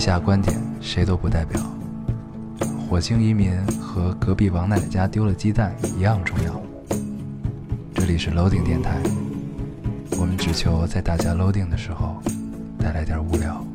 下观点谁都不代表。火星移民和隔壁王奶奶家丢了鸡蛋一样重要。这里是 Loading 电台，我们只求在大家 Loading 的时候带来点无聊。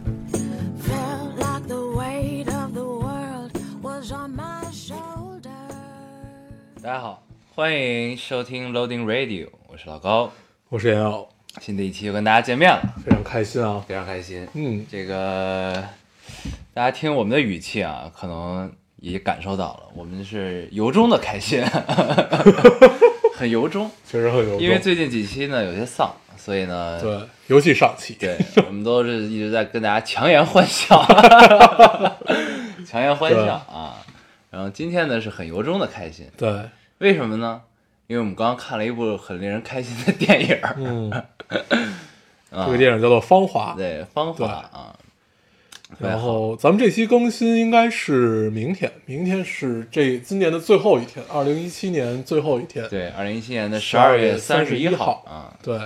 大家好，欢迎收听 Loading Radio， 我是老高， 我是杨瑶， 新的一期又跟大家见面了， 非常开心啊， 非常开心。 这个大家听我们的语气啊，可能也感受到了，我们是由衷的开心，很由衷， 确实很由衷。 因为最近几期呢有些丧，所以呢， 对，尤其上期， 对我们都是一直在跟大家强颜欢笑，强颜欢笑啊。然后今天呢是很由衷的开心， 对， 为什么呢？因为我们刚刚看了一部很令人开心的电影， 这个电影叫做《芳华》， 对，《芳华》啊。 然后咱们这期更新应该是明天，明天是今年的最后一天，2017年最后一天， 对，2017年的12月31号啊， 对，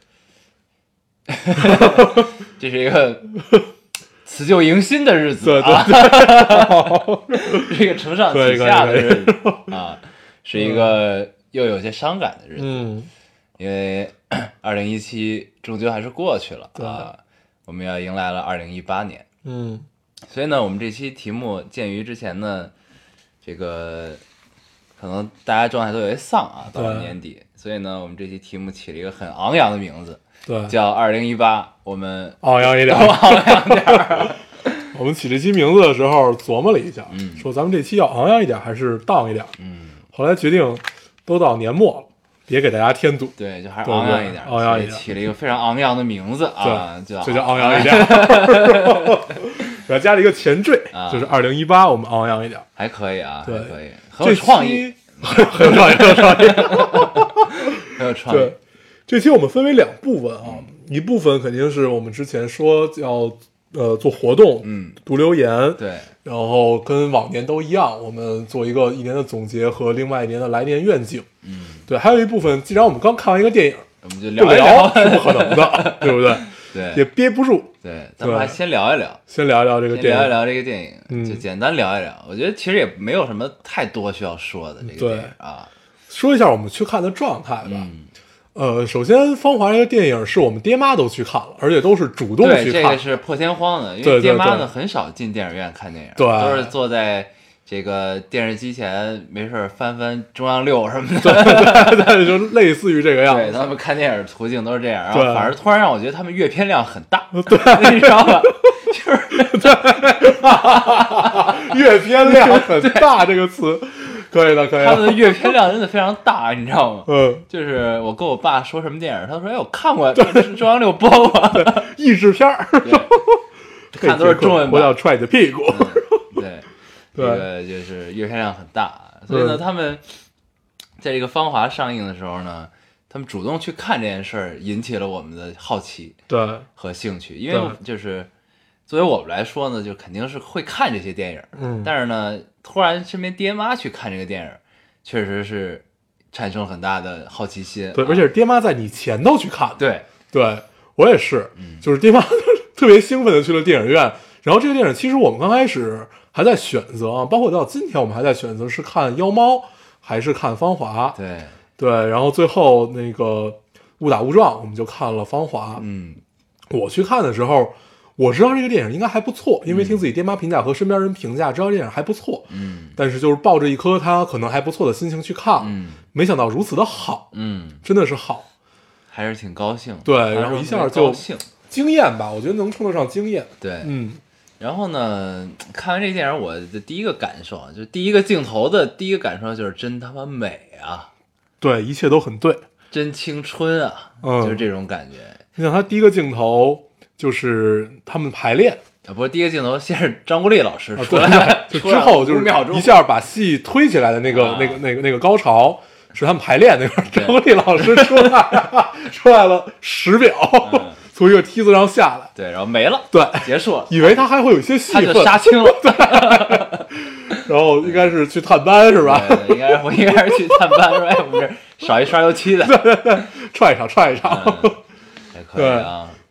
这是一个辞旧迎新的日子啊，是一个承上启下的日子啊，是一个又有些伤感的日子，因为2017终究还是过去了啊，我们要迎来了2018年，所以呢，我们这期题目鉴于之前呢，这个可能大家状态都有些丧啊，到了年底，所以呢，我们这期题目起了一个很昂扬的名字， 对， 叫2018，我们昂扬一点， 昂扬点。 我们起这期名字的时候琢磨了一下，说咱们这期要昂扬一点还是荡一点，后来决定都到年末了，别给大家添堵， 对，就还是昂扬一点， 昂扬一点， 起了一个非常昂扬的名字啊， 就叫昂扬一点，给它加了一个前缀，就是2018，我们昂扬一点， 还可以啊， 对， 可以，很有创意， 很有创意，很有创意， 很有创意。 对，这期我们分为两部分啊，一部分肯定是我们之前说要做活动，读留言，对，然后跟往年都一样，我们做一个一年的总结和另外一年的来年愿景，对，还有一部分，既然我们刚看完一个电影， 我们就聊一聊是不可能的，对不对？ 对， 也憋不住， 对，咱们还先聊一聊， 先聊一聊这个电影， 聊一聊这个电影，就简单聊一聊。我觉得其实也没有什么太多需要说的这个电影啊， 说一下我们去看的状态吧。首先，《芳华》这个电影是我们爹妈都去看了，而且都是主动去看。 对，这个是破天荒的，因为爹妈呢很少进电影院看电影， 对， 都是坐在这个电视机前没事翻翻中央六什么的， 对，就类似于这个样子。 对，他们看电影途径都是这样，然后反而突然让我觉得他们阅片量很大， 对， 你知道吧？就是对，阅片量很大这个词。可以的，可以的。 他们的阅片量真的非常大，你知道吗？就是我跟我爸说什么电影，他说：“哎，我看过，中央六播过译制片儿， 看都是中文版。” 我要踹你屁股。 对，这个就是阅片量很大，所以呢，他们在这个《芳华》上映的时候呢，他们主动去看这件事儿，引起了我们的好奇， 对和兴趣。因为就是作为我们来说呢，就肯定是会看这些电影，但是呢。突然身边爹妈去看这个电影，确实是产生了很大的好奇心。 对，而且是爹妈在你前头去看。 对， 我也是，就是爹妈特别兴奋的去了电影院。然后这个电影其实我们刚开始还在选择啊，包括到今天我们还在选择是看《妖猫》还是看《芳华》。对，然后最后那个误打误撞，我们就看了《芳华》。我去看的时候。我知道这个电影应该还不错，因为听自己爹妈评价和身边人评价，知道电影还不错。但是就是抱着一颗他可能还不错的心情去看，没想到如此的好，真的是好， 还是挺高兴。 对，然后一下就惊艳吧，我觉得能称得上惊艳。 对，然后呢，看完这电影，我的第一个感受啊，就第一个镜头的第一个感受就是真他妈美啊！ 对，一切都很对， 真青春啊，就是这种感觉。 你想他第一个镜头。就是他们排练不是第一个镜头，先是张国立老师出来， 就之后就是一下把戏推起来的那个高潮，是他们排练那块，张国立老师出来了10秒，从一个梯子上下来， 对，然后没了， 对， 结束了， 以为他还会有一些戏份， 他就杀青了， 对，然后应该是去探班是吧？ 对，我应该是去探班是吧？我们这少一刷油漆的， 对，串一场， 还可以啊。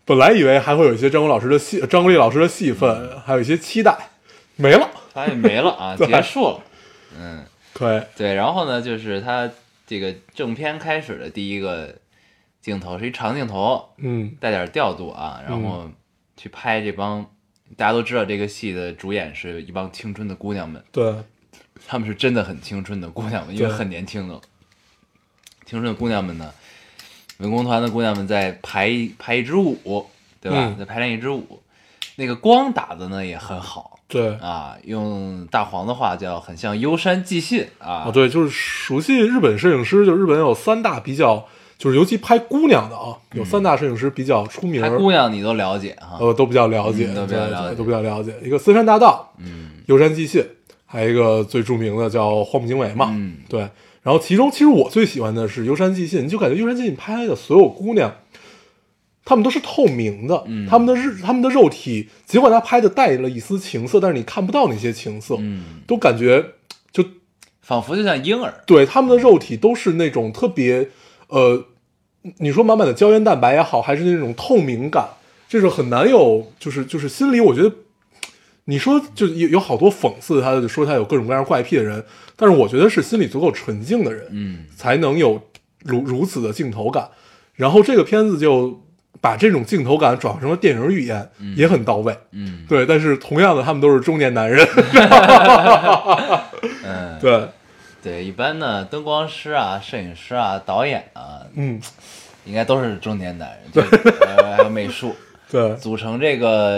本来以为还会有一些张国立老师的戏份，还有一些期待，没了， 发现没了啊，结束了。嗯， 对， 然后呢，就是他这个正片开始的第一个镜头是一长镜头，带点调度啊，然后去拍这帮，大家都知道这个戏的主演是一帮青春的姑娘们， 对， 她们是真的很青春的姑娘们，因为很年轻的青春的姑娘们呢，文工团的姑娘们在排一支舞，对吧？在排练一支舞，那个光打的呢也很好， 对啊，用大黄的话叫很像幽山寄信啊。 对，就是熟悉日本摄影师，就日本有3大比较，就是尤其拍姑娘的啊，有3大摄影师比较出名。 拍姑娘你都了解哈？ 都比较了解， 都比较了解。 一个森山大道，幽山寄信，还有一个最著名的叫荒木经惟嘛，对。然后其中其实我最喜欢的是幽山寄信，你就感觉幽山寄信拍的所有姑娘，她们都是透明的，她们的肉体，尽管她拍的带了一丝情色，但是你看不到那些情色，都感觉就仿佛就像婴儿。 对，她们的肉体都是那种特别你说满满的胶原蛋白也好，还是那种透明感，这是很难有，就是心里我觉得。你说就有好多讽刺他的，就说他有各种各样怪癖的人，但是我觉得是心里足够纯净的人，才能有如此的镜头感。然后这个片子就把这种镜头感转化成了电影语言，也很到位。对。但是同样的，他们都是中年男人。 对，一般呢，灯光师啊、摄影师啊、导演啊，应该都是中年男人，还有美术， 对， 组成这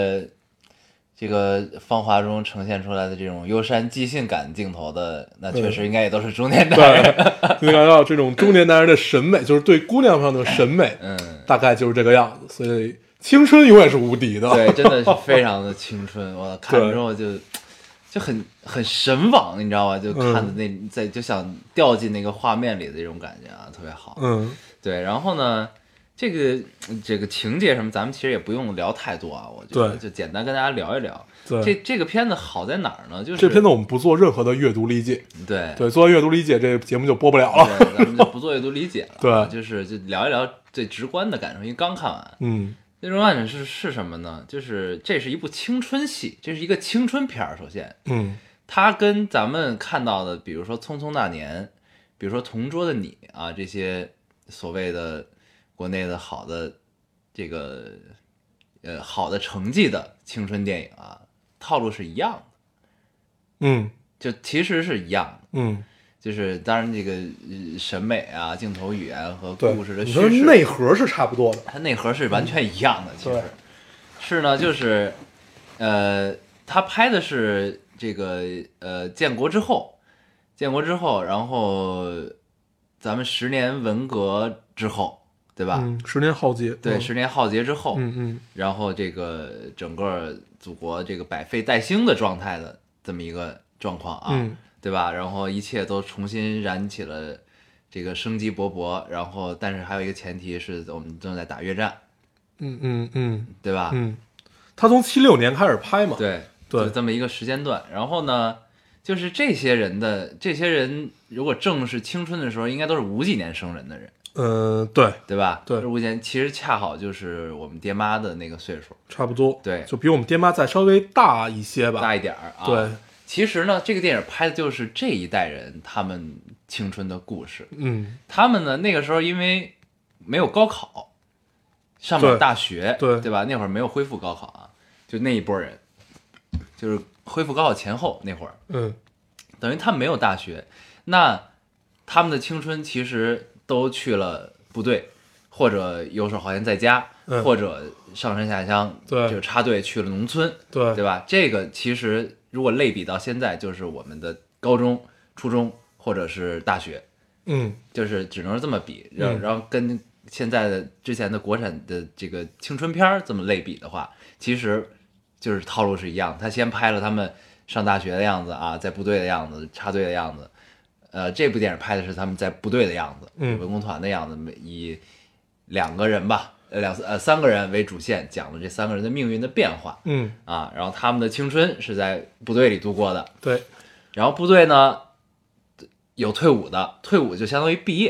个芳华中呈现出来的这种幽山寄信感镜头的，那确实应该也都是中年男人。 就感到这种中年男人的审美，就是对姑娘上的审美，大概就是这个样子。所以青春永远是无敌的。 对，真的是非常的青春。我看之后就很神往，你知道吧？就看的就想掉进那个画面里的这种感觉啊，特别好。对。然后呢？这个情节什么，咱们其实也不用聊太多啊，我觉得就简单跟大家聊一聊。 对， 这个片子好在哪儿呢？就是这片子我们不做任何的阅读理解。 对， 做阅读理解，这个节目就播不了了。 对，咱们就不做阅读理解了。 对， 就聊一聊最直观的感受，因为刚看完。最直观感受是什么呢？就是这是一部青春戏，这是一个青春片儿。首先，它跟咱们看到的，比如说《匆匆那年》，比如说《同桌的你》啊，这些所谓的。国内的好的这个好的成绩的青春电影啊，套路是一样的，就其实是一样的，就是当然这个审美啊、镜头语言和故事的叙事内核是差不多的， 它内核是完全一样的，其实是呢，就是他拍的是这个建国之后，然后咱们10年文革之后。对吧 ？10年浩劫， 对，10年浩劫之后，然后这个整个祖国这个百废待兴的状态的这么一个状况啊，对吧？然后一切都重新燃起了这个生机勃勃，然后但是还有一个前提是我们正在打越战，对吧？ 他从76年开始拍嘛， 对，就这么一个时间段。然后呢，就是这些人如果正是青春的时候，应该都是50几年生人的人。 对吧？ 对 ，50年其实恰好就是我们爹妈的那个岁数， 差不多。 对， 就比我们爹妈再稍微大一些吧， 大一点儿啊。 对， 其实呢，这个电影拍的就是这一代人他们青春的故事。他们呢那个时候因为没有高考，上不了大学，对吧？那会儿没有恢复高考啊，就那一波人，就是恢复高考前后那会儿，等于他们没有大学，那他们的青春其实。都去了部队，或者游手好闲在家，或者上山下乡，就插队去了农村，对吧？这个其实如果类比到现在，就是我们的高中、初中或者是大学，就是只能这么比。然后跟现在的之前的国产的这个青春片这么类比的话，其实就是套路是一样。他先拍了他们上大学的样子啊，在部队的样子，插队的样子。这部电影拍的是他们在部队的样子，文工团的样子，以2个人吧，3个人为主线，讲了这3个人的命运的变化。然后他们的青春是在部队里度过的。 对， 然后部队呢有退伍的，退伍就相当于毕业，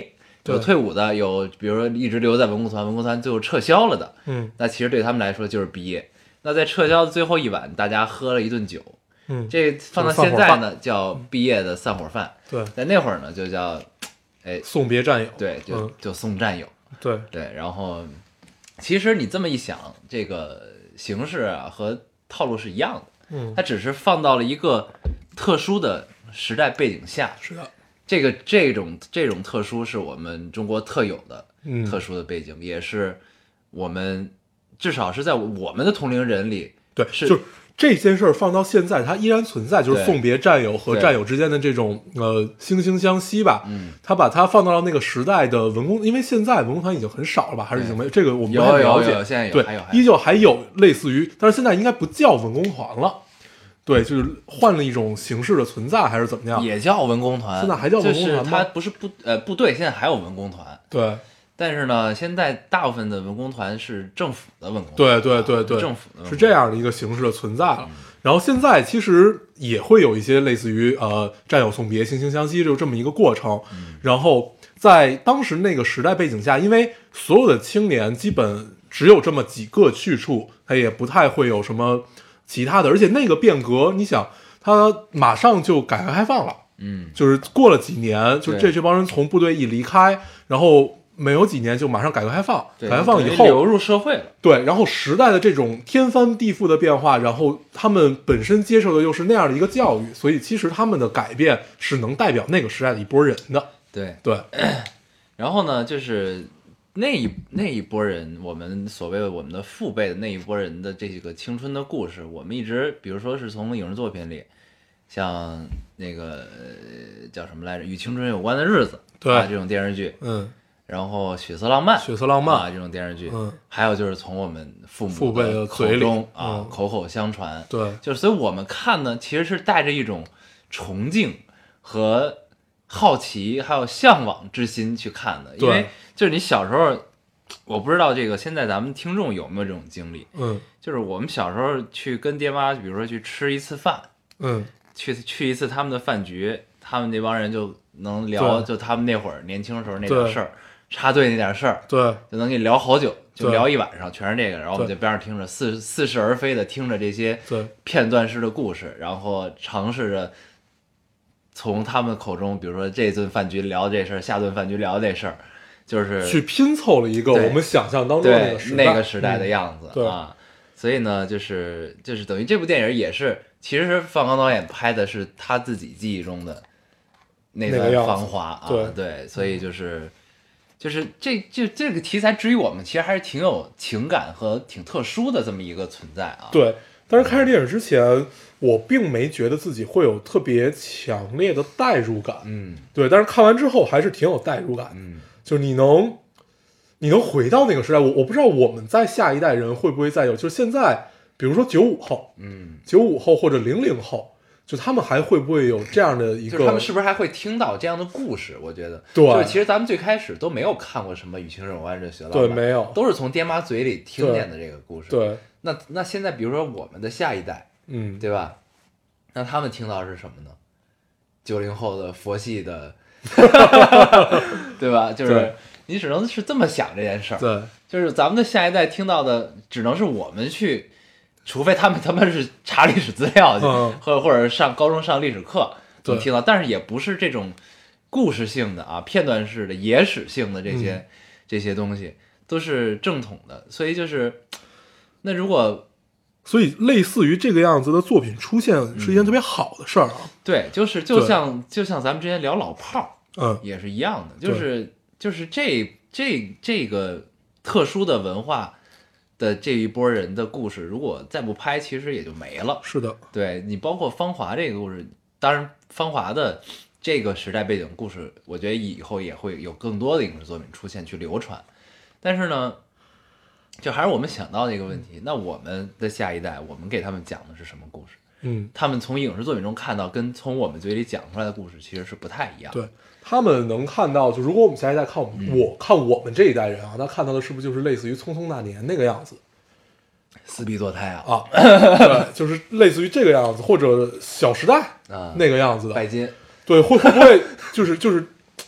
有退伍的，有比如说一直留在文工团，文工团最后撤销了的，那其实对他们来说就是毕业。那在撤销的最后一晚，大家喝了一顿酒，这放到现在呢叫毕业的散伙饭， 对， 在那会儿呢就叫送别战友， 对，就送战友， 对， 然后其实你这么一想，这个形式啊和套路是一样的，它只是放到了一个特殊的时代背景下， 是的， 这种特殊是我们中国特有的特殊的背景，也是我们至少是在我们的同龄人里， 对，就是这件事儿放到现在，它依然存在，就是送别战友和战友之间的这种惺惺相惜吧。他把它放到了那个时代的文工，因为现在文工团已经很少了吧，还是已经没这个我们不太了解。 有现在有， 对，依旧还有类似于，但是现在应该不叫文工团了。对，就是换了一种形式的存在，还是怎么样？ 也叫文工团， 现在还叫文工团吗？ 就是它不是部队，现在还有文工团。 对。 但是呢，现在大部分的文工团是政府的文工团， 对， 政府的是这样的一个形式的存在了。然后现在其实也会有一些类似于战友送别、惺惺相惜就这么一个过程。然后在当时那个时代背景下，因为所有的青年基本只有这么几个去处，他也不太会有什么其他的。而且那个变革，你想，他马上就改革开放了，就是过了几年，就这帮人从部队一离开，然后没有几年就马上改革开放，改革开放以后流入社会了， 对，然后时代的这种天翻地覆的变化，然后他们本身接受的又是那样的一个教育，所以其实他们的改变是能代表那个时代的一波人的。 对。然后呢，就是那一波人，我们所谓我们的父辈的那一波人的这个青春的故事，我们一直比如说是从影视作品里，像那个叫什么来着，《与青春有关的日子》， 对这种电视剧，然后血色浪漫这种电视剧，还有就是从我们父辈的嘴里口口相传， 对， 就是所以我们看呢，其实是带着一种崇敬和好奇还有向往之心去看的，因为就是你小时候，我不知道这个现在咱们听众有没有这种经历，就是我们小时候去跟爹妈，比如说去吃一次饭，去一次他们的饭局，他们那帮人就能聊，就他们那会儿年轻时候那点事儿，插队那点事儿， 对， 就能给你聊好久，就聊一晚上，全是这个，然后我们在边上听着，似是而非的听着这些片段式的故事，然后尝试着从他们口中，比如说这顿饭局聊这事儿，下顿饭局聊这事儿，就是去拼凑了一个我们想象当中的那个时代的样子啊。所以呢，就是等于这部电影也是，其实范刚导演拍的是他自己记忆中的那段繁华啊，对，所以就是这个题材，至于我们其实还是挺有情感和挺特殊的这么一个存在啊。 对，但是看这电影之前，我并没觉得自己会有特别强烈的代入感，对，但是看完之后还是挺有代入感，就是你能回到那个时代，我不知道我们在下一代人会不会再有，就现在，比如说95后，95后或者00后，就他们还会不会有这样的一个， 就是他们是不是还会听到这样的故事？我觉得， 对， 就是其实咱们最开始都没有看过什么《与青春有关这学浪漫》， 对，没有， 都是从爹妈嘴里听见的这个故事。 对， 那现在比如说我们的下一代，对吧？那他们听到是什么呢？90后的佛系的，对吧？就是你只能是这么想这件事儿。 对， 就是咱们的下一代听到的，只能是我们去。除非他们是查历史资料去，或者上高中上历史课能听到，但是也不是这种故事性的啊、片段式的、野史性的这些东西都是正统的，所以就是那如果， 所以类似于这个样子的作品出现是一件特别好的事儿啊。 对，就像咱们之前聊老炮儿，也是一样的，就是这个特殊的文化。的这一波人的故事，如果再不拍，其实也就没了。 是的， 对你包括《芳华》这个故事，当然《芳华》的这个时代背景故事，我觉得以后也会有更多的影视作品出现去流传。但是呢，就还是我们想到的一个问题，那我们的下一代，我们给他们讲的是什么故事？他们从影视作品中看到，跟从我们嘴里讲出来的故事其实是不太一样的。 对，他们能看到，就如果我们下一代看我们这一代人啊，他看到的是不是就是类似于《匆匆那年》那个样子， 撕逼做胎啊，对，就是类似于这个样子，或者《小时代》那个样子的拜金， 对，会不会就是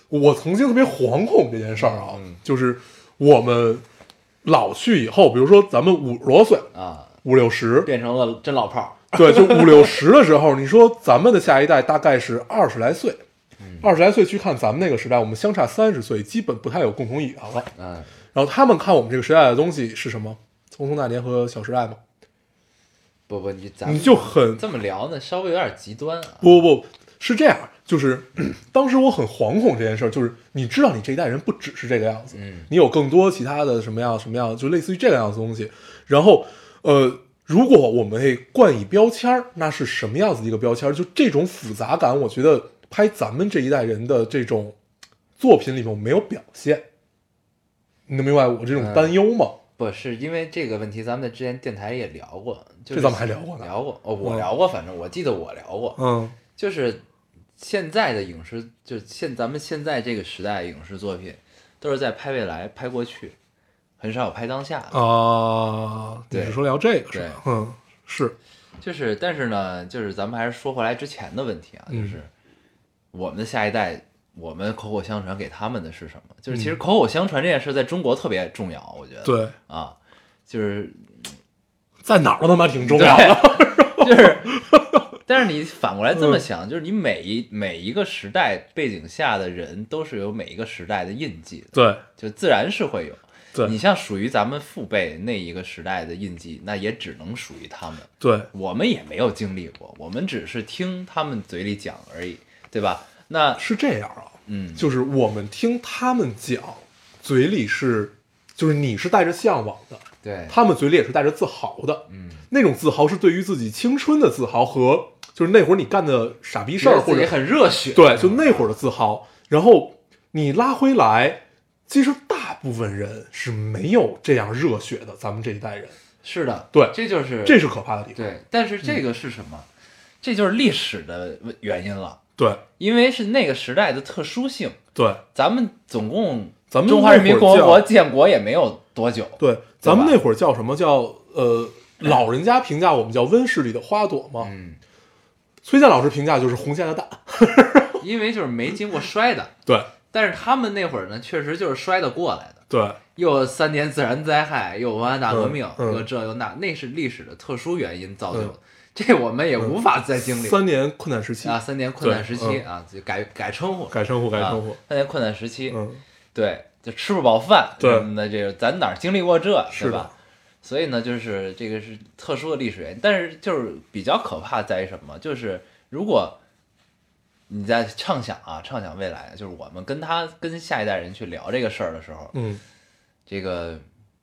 我曾经特别惶恐这件事儿啊，就是我们老去以后，比如说咱们50多岁啊 ，50、60 变成了真老炮儿。 对，就50、60的时候，你说咱们的下一代大概是20来岁，20来岁去看咱们那个时代，我们相差30岁，基本不太有共同语言了。然后他们看我们这个时代的东西是什么？《匆匆那年》和《小时代》吗？ 不，你就很这么聊呢，稍微有点极端啊。 不，是这样，就是当时我很惶恐这件事儿，就是你知道你这一代人不只是这个样子，你有更多其他的什么样，就类似于这个样子的东西。然后如果我们冠以标签儿，那是什么样子的一个标签儿？就这种复杂感，我觉得拍咱们这一代人的这种作品里面没有表现。你能明白我这种担忧吗？ 不是因为这个问题，咱们在之前电台也聊过，就是、 这咱们还聊过呢。 聊过我聊过，反正我记得我聊过。就是现在的影视，就是咱们现在这个时代影视作品，都是在拍未来、拍过去，很少有拍当下的啊。你是说聊这个是吧？是。 就是，但是呢，就是咱们还是说回来之前的问题啊，就是我们的下一代。我们口口相传给他们的是什么？就是其实口口相传这件事在中国特别重要，我觉得。 对啊，就是在哪儿都他妈挺重要的。 就是，但是你反过来这么想，就是你每一个时代背景下的人都是有每一个时代的印记的。 对， 就自然是会有。 对， 你像属于咱们父辈那一个时代的印记，那也只能属于他们。 对， 我们也没有经历过，我们只是听他们嘴里讲而已，对吧？那是这样啊，就是我们听他们讲，嘴里就是你是带着向往的， 对， 他们嘴里也是带着自豪的，那种自豪是对于自己青春的自豪和就是那会儿你干的傻逼事儿或者很热血， 对，就那会儿的自豪。然后你拉回来，其实大部分人是没有这样热血的，咱们这一代人是的， 对， 这是可怕的地方。 对，但是这个是什么？这就是历史的原因了。 对， 因为是那个时代的特殊性。 对， 咱们总共， 咱们中华人民共和国建国也没有多久。 对，咱们那会儿叫什么叫老人家评价我们叫温室里的花朵嘛。崔健老师评价就是红线的蛋， 因为就是没经过摔的。 对， 但是他们那会儿呢，确实就是摔得过来的。 对， 又3年自然灾害，又文化大革命，又这又那是历史的特殊原因造就的。这我们也无法再经历。 3年困难时期啊，3年困难时期啊，就改称呼 ，3 年困难时期，对，就吃不饱饭， 对， 那这个咱哪经历过这， 是吧？所以呢，就是这个是特殊的历史原因，但是就是比较可怕在于什么？就是如果你在畅想未来，就是我们跟下一代人去聊这个事儿的时候，这个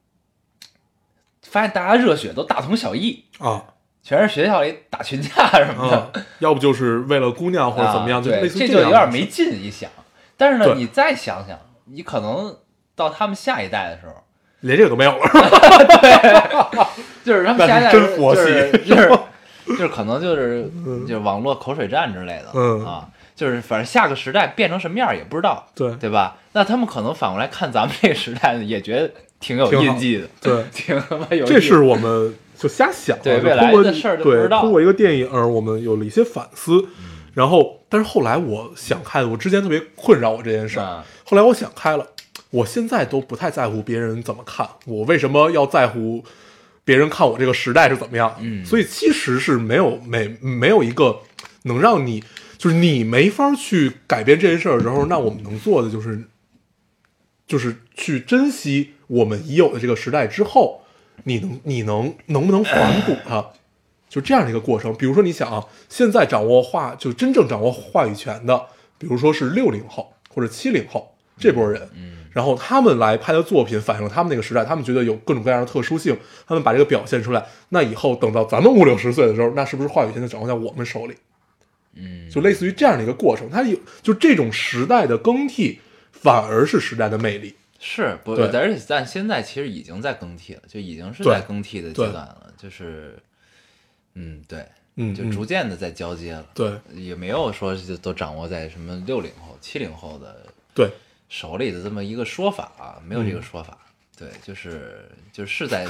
发现大家热血都大同小异啊。 全是学校里打群架什么的， 要不就是为了姑娘或者怎么样，就类似这就有点没劲。一想，但是呢，你再想想，你可能到他们下一代的时候， 连这个都没有了。 对，就是他们下一代真佛系， 就是可能就是网络口水战之类的，啊，就是反正下个时代变成什么样也不知道，对吧？那他们可能反过来看咱们这个时代呢，也觉得挺有印记的， 对， 挺他妈有。 这是我们。就瞎想， 对未来的事儿就不知道。 通过一个电影，我们有了一些反思。然后，但是后来我想开了，我之前特别困扰我这件事儿。后来我想开了，我现在都不太在乎别人怎么看我，为什么要在乎别人看我这个时代是怎么样？所以其实是没有一个能让你，就是你没法去改变这件事儿的时候，那我们能做的就是去珍惜我们已有的这个时代之后。你能不能反哺它，就这样的一个过程。比如说，你想啊，现在就真正掌握话语权的，比如说是60后或者70后这波人，然后他们来拍的作品反映了他们那个时代，他们觉得有各种各样的特殊性，他们把这个表现出来。那以后等到咱们50、60岁的时候，那是不是话语权就掌握在我们手里？就类似于这样的一个过程。它就这种时代的更替，反而是时代的魅力。 是不？而且咱现在其实已经在更替了，就已经是在更替的阶段了，就是，对，就逐渐的在交接了， 对，也没有说就都掌握在什么60后、70后的对手里的这么一个说法啊，没有这个说法，对，就是在，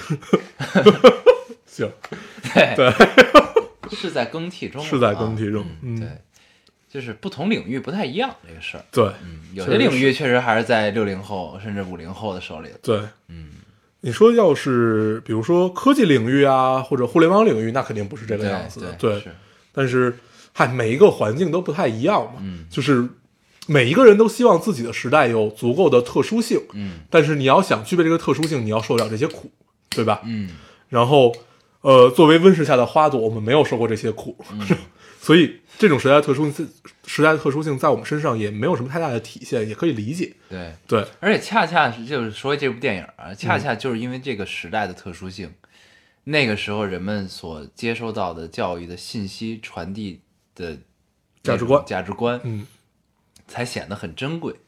行， 对，是在更替中， 是在更替中， 对， 就是不同领域不太一样这个事儿。 对， 有些领域确实还是在60后甚至50后的手里。 对，你说要是比如说科技领域啊，或者互联网领域，那肯定不是这个样子的。对，但是每一个环境都不太一样嘛。就是每一个人都希望自己的时代有足够的特殊性。但是你要想具备这个特殊性，你要受了这些苦，对吧？然后作为温室下的花朵，我们没有受过这些苦，所以这种时代的特殊性在我们身上也没有什么太大的体现，也可以理解。对， 而且恰恰是就是说这部电影啊，恰恰就是因为这个时代的特殊性，那个时候人们所接收到的教育的信息传递的价值观，才显得很珍贵，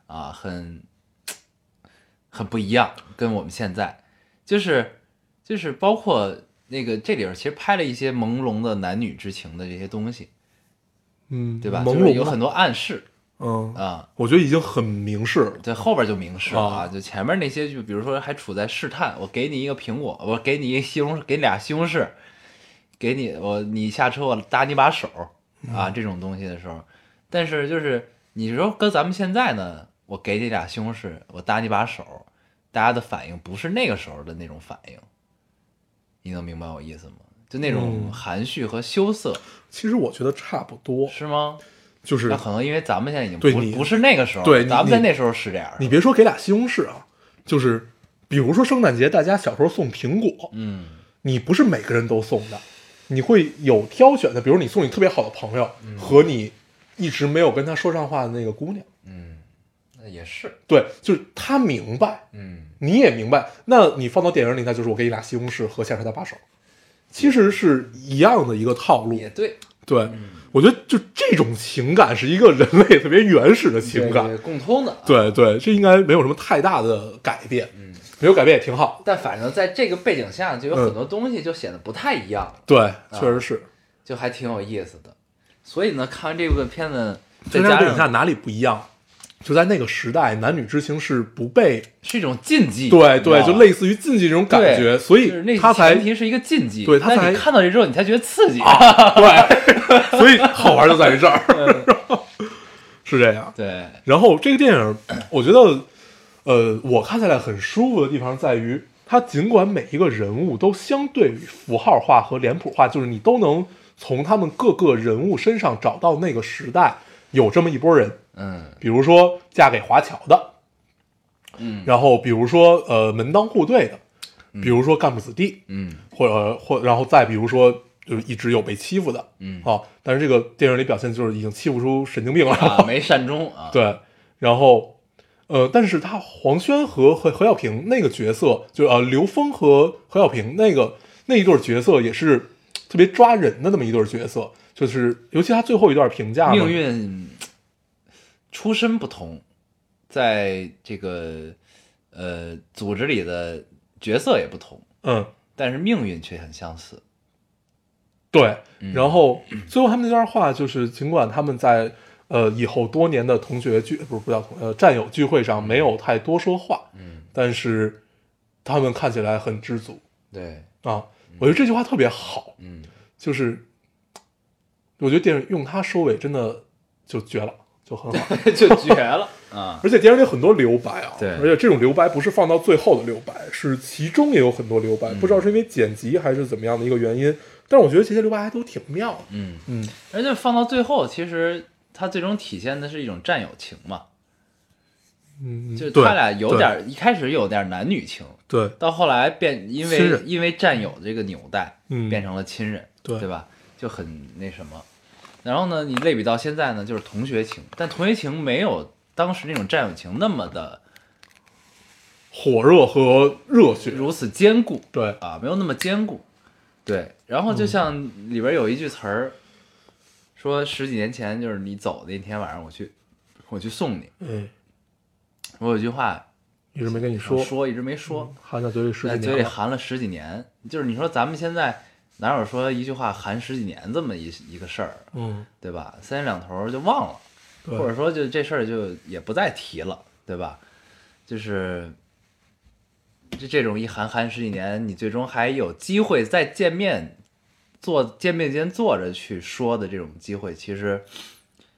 很不一样，跟我们现在就是包括那个这里边其实拍了一些朦胧的男女之情的这些东西，对吧？ 朦胧就是有很多暗示， 我觉得已经很明示了。 对，后边就明示了啊，就前面那些就比如说还处在试探，我给你一个苹果，我给你一个西红柿，给你俩西红柿，给你你下车我搭你把手啊，这种东西的时候，但是就是你说搁咱们现在呢，我给你俩西红柿，我搭你把手，大家的反应不是那个时候的那种反应，你能明白我意思吗？就那种含蓄和羞涩。 其实我觉得差不多。 是吗？ 就是那可能因为咱们现在已经不是那个时候， 对， 咱们在那时候是这样的。 你别说给俩西红柿啊，就是比如说圣诞节大家小时候送苹果，你不是每个人都送的，你会有挑选的，比如你送你特别好的朋友，和你一直没有跟他说上话的那个姑娘， 那也是对，就是他明白，你也明白，那你放到电影里，那就是我给你俩西红柿和下车的把手，其实是一样的一个套路， 也对， 我觉得就这种情感是一个人类特别原始的情感， 对共通的， 对，这应该没有什么太大的改变，没有改变也挺好。 但反正在这个背景下，就有很多东西就显得不太一样， 对，确实是， 就还挺有意思的。所以呢，看完这部片子， 再加上哪里不一样？就在那个时代，男女之情是不被是一种禁忌， 对，就类似于禁忌这种感觉，所以他才前提是一个禁忌， 对，他才你看到这之后，你才觉得刺激， 对，所以好玩就在于这儿，是这样。 对， 然后这个电影，我觉得，我看起来很舒服的地方在于，它尽管每一个人物都相对于符号化和脸谱化，就是你都能从他们各个人物身上找到那个时代有这么一拨人。比如说嫁给华侨的，然后比如说门当户对的，比如说干部子弟，然后再比如说就是一直有被欺负的，但是这个电影里表现就是已经欺负出神经病了， 没善终啊， 对，然后但是他黄轩和何小萍那个角色，就刘峰和何小萍那一对角色也是特别抓人的那么一对角色，就是尤其他最后一段评价， 命运出身不同，在这个组织里的角色也不同，但是命运却很相似。 对，然后最后他们那段话就是，尽管他们在以后多年的同学不叫战友聚会上没有太多说话，但是他们看起来很知足。 对啊，我觉得这句话特别好，就是我觉得电影用它收尾真的就绝了。就很好， 就绝了啊！ 而且电影里很多留白啊， 对， 而且这种留白不是放到最后的留白，是其中也有很多留白，不知道是因为剪辑还是怎么样的一个原因，但是我觉得这些留白还都挺妙的， 而且放到最后，其实它最终体现的是一种战友情嘛，就是他俩有点一开始有点男女情， 对， 到后来因为战友这个纽带，变成了亲人，对吧？就很那什么。然后呢，你类比到现在呢，就是同学情，但同学情没有当时那种战友情那么的火热和热血， 如此坚固， 对啊，没有那么坚固，对。然后就像里边有一句词儿，说10几年前就是你走的那天晚上，我去送你，我有句话一直没跟你说， 一直没说， 含在嘴里嘴里含了10几年，就是你说咱们现在。哪有说一句话含10几年这么一个事儿，对吧？三言两头就忘了，或者说就这事儿就也不再提了，对吧？就是这种一含10几年，你最终还有机会再见面间坐着去说的这种机会，其实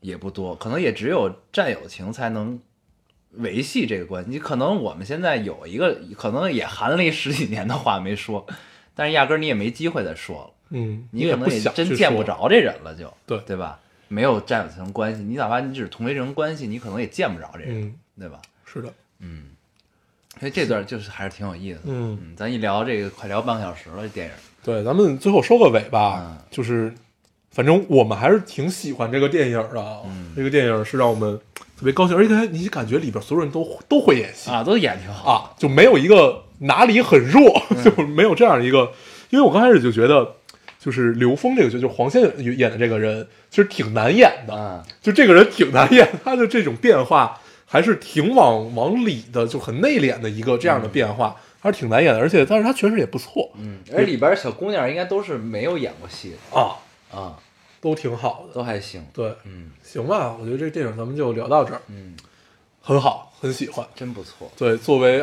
也不多，可能也只有战友情才能维系这个关系。你可能我们现在有一个，可能也含了10几年的话没说，但是压根儿你也没机会再说了。你可能也真见不着这人了就，对吧？没有战友情关系，你哪怕你只是同学这种关系，你可能也见不着这人，对吧？ 是的， 所以这段就是还是挺有意思的。咱一聊这个，快聊半个小时了，这电影。 对，咱们最后收个尾吧，就是反正我们还是挺喜欢这个电影的。这个电影是让我们特别高兴，而且你感觉里边所有人都会演戏啊，都演挺好啊，就没有一个哪里很弱，就没有这样一个。因为我刚开始就觉得，就是刘峰这个角色，就黄先生演的这个人，其实挺难演的。就这个人挺难演，他的这种变化还是挺往里的，就很内敛的一个这样的变化，还是挺难演的。但是他诠释也不错。 而里边小姑娘应该都是没有演过戏的都挺好的， 都还行。 对，行吧，我觉得这电影咱们就聊到这儿。很好，很喜欢， 真不错。 对，作为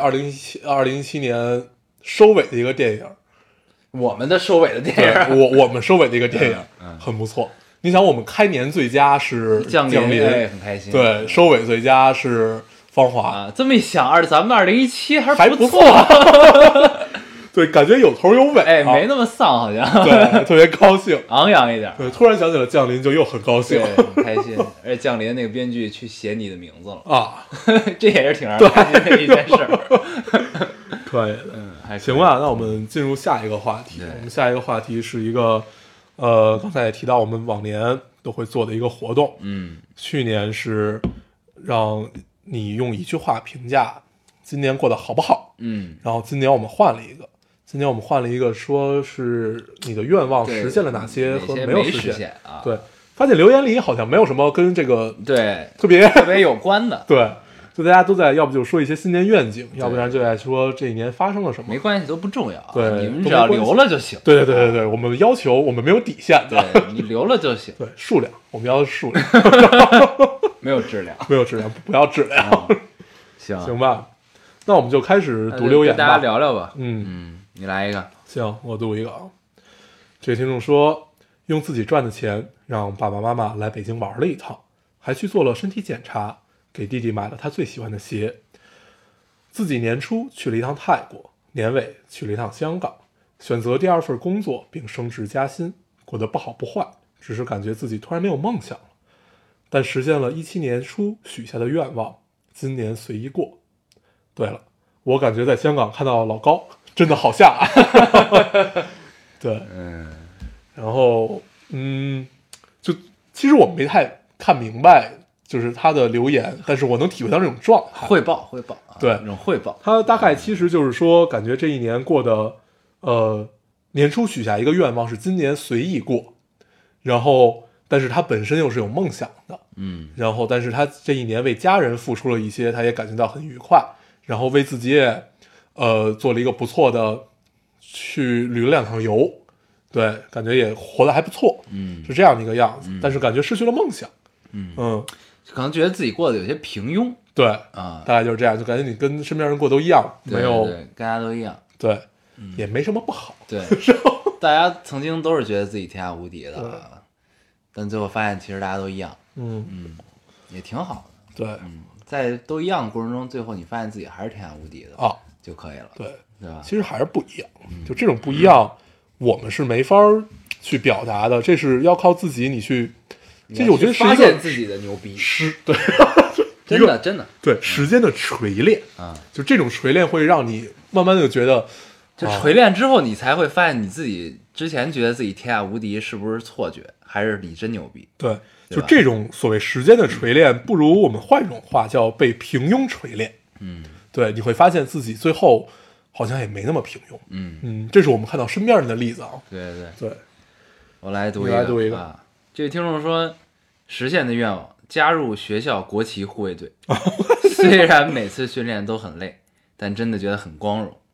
2017年收尾的一个电影， 我们的收尾的电影， 我们收尾的一个电影，很不错。你想，我们开年最佳是降临， 很开心。 对，收尾最佳是芳华。 这么一想，咱们2017 还不错。对，感觉有头有尾， 没那么丧，好像。 对，特别高兴， 昂扬一点。 对，突然想起了降临，就又很高兴， 对，很开心。而且降临那个编剧去写你的名字了啊， 这也是挺让人开心的一件事。 可以的，行吧。那我们进入下一个话题。我们下一个话题是一个，刚才也提到我们往年都会做的一个活动。去年是让你用一句话评价今年过得好不好。然后今年我们换了一个，说是你的愿望实现了哪些和没有实现啊？ 对，发现留言里好像没有什么跟这个特别有关的。 对，就大家都在要不就说一些新年愿景，要不然就在说这一年发生了什么。 没关系，都不重要。 对， 你们只要留了就行。 对，我们要求我们没有底线的， 对，你留了就行。 对，数量我们要的数量， 没有质量， 不要质量。行吧，那我们就开始读留言吧， 跟大家聊聊吧。你来一个。 行，我读一个啊。这个听众说，用自己赚的钱让爸爸妈妈来北京玩了一趟，还去做了身体检查，给弟弟买了他最喜欢的鞋。自己年初去了一趟泰国，年尾去了一趟香港，选择第2份工作并升职加薪，过得不好不坏，只是感觉自己突然没有梦想了。但实现了17年初许下的愿望，今年随意过。对了，我感觉在香港看到老高真的好像啊。对，然后就其实我没太看明白就是他的留言，但是我能体会到这种状态。 汇报对， 那种汇报。 他大概其实就是说，感觉这一年过得年初许下一个愿望是今年随意过，然后但是他本身又是有梦想的，然后但是他这一年为家人付出了一些，他也感觉到很愉快，然后为自己也做了一个不错的，去旅了2趟游，对，感觉也活得还不错，是这样的一个样子，但是感觉失去了梦想， 可能觉得自己过得有些平庸， 对啊，大概就是这样，就感觉你跟身边人过都一样，没有对，大家都一样， 对，也没什么不好， 对，大家曾经都是觉得自己天下无敌的，但最后发现其实大家都一样，也挺好的， 对， 在都一样的过程中，最后你发现自己还是天下无敌的啊， 就可以了， 对吧？ 其实还是不一样，就这种不一样，我们是没法去表达的，这是要靠自己你去。这我觉得是发现自己的牛逼， 对， 真的对时间的锤炼啊， 就这种锤炼会让你慢慢的觉得， 就锤炼之后，你才会发现你自己之前觉得自己天下无敌是不是错觉，还是你真牛逼？ 对，就这种所谓时间的锤炼，不如我们换一种话叫被平庸锤炼。对，你会发现自己最后好像也没那么平庸。这是我们看到身边人的例子啊。对， 我来读一个啊。这位听众说，实现的愿望加入学校国旗护卫队，虽然每次训练都很累，但真的觉得很光荣。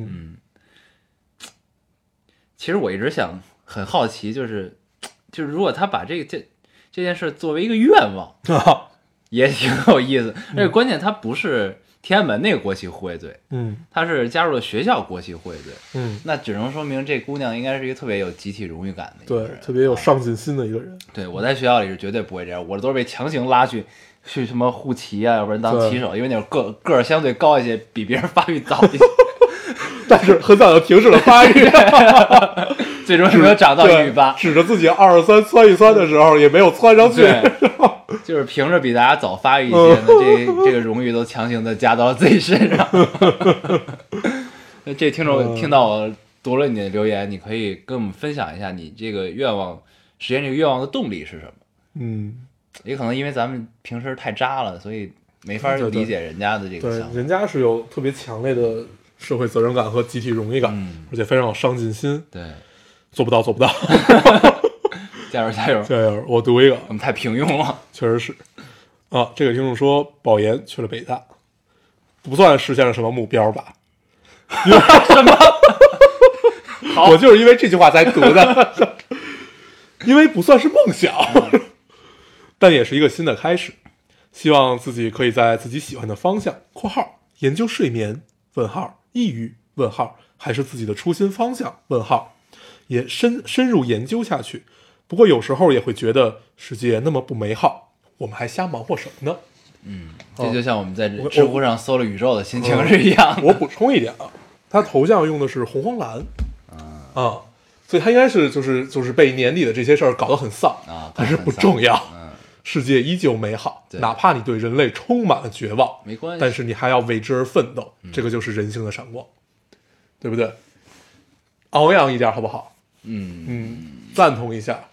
其实我一直很好奇，就是如果他把这件事作为一个愿望，也挺有意思。而且关键他不是天安门那个国旗护卫队，她是加入了学校国旗护卫队，那只能说明这姑娘应该是一个特别有集体荣誉感的一个人， 对，特别有上进心的一个人。 对，我在学校里是绝对不会这样，我都是被强行拉去什么护旗啊，要不然当旗手，因为那种个儿相对高一些，比别人发育早一些， 但是很早就停止了发育， 最终也没有长到1.8米， 指着自己23窜一窜的时候也没有窜上去， 就是凭着比大家早发育一些呢，这个荣誉都强行的加到了自己身上。那这听众听到我读了你的留言，你可以跟我们分享一下你这个愿望实现这个愿望的动力是什么？也可能因为咱们平时太渣了，所以没法理解人家的这个想法。 对，人家是有特别强烈的社会责任感和集体荣誉感，而且非常有上进心。 对， 做不到。 加油加油加油！我读一个， 我们太平庸了， 确实是啊。这个听众说，保研去了北大，不算实现了什么目标吧？ 什么？ 我就是因为这句话才读的，因为不算是梦想，但也是一个新的开始。希望自己可以在自己喜欢的方向（括号研究睡眠）抑郁还是自己的初心方向也深入研究下去。不过有时候也会觉得世界那么不美好，我们还瞎忙活什么呢？ 这就像我们在知乎上搜了宇宙的心情是一样的。 我补充一点啊，他头像用的是红黄蓝所以他应该是就是被年底的这些事儿搞得很丧但是不重要。世界依旧美好，哪怕你对人类充满了绝望， 没关系， 但是你还要为之而奋斗，这个就是人性的闪光，对不对？昂扬一点好不好？赞同一下。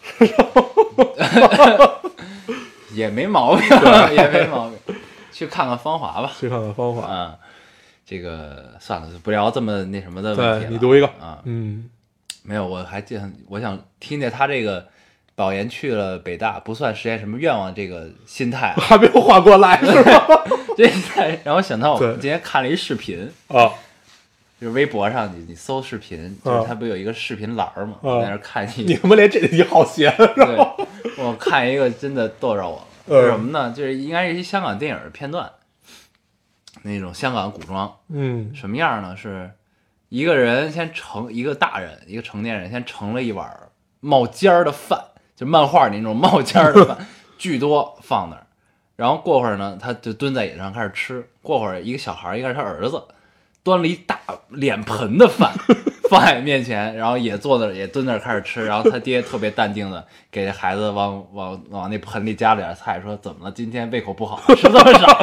也没毛病，也没毛病。去看看《芳华》吧， 去看看《芳华》 啊。这个算了，不聊这么那什么的问题了。 对，你读一个啊。没有，我想听见他这个保研去了北大不算实现什么愿望这个心态还没有缓过来是吧？ 这让我想到我今天看了一视频啊， 就是微博上你搜视频，就是他不有一个视频栏嘛，在那看你他妈连这你好闲， 对，我看一个真的逗着我了，是什么呢？就是应该是一香港电影的片段，那种香港古装，什么样呢？是一个人一个大人，一个成年人先盛了一碗冒尖儿的饭。就漫画那种冒尖的饭巨多放那儿，然后过会儿呢，他就蹲在椅子上开始吃。过会儿一个小孩，应该是他儿子，端了一大脸盆的饭放在面前，然后也坐那儿也蹲那儿开始吃。然后他爹特别淡定的给孩子往那盆里加了点菜，说怎么了？今天胃口不好，吃这么少。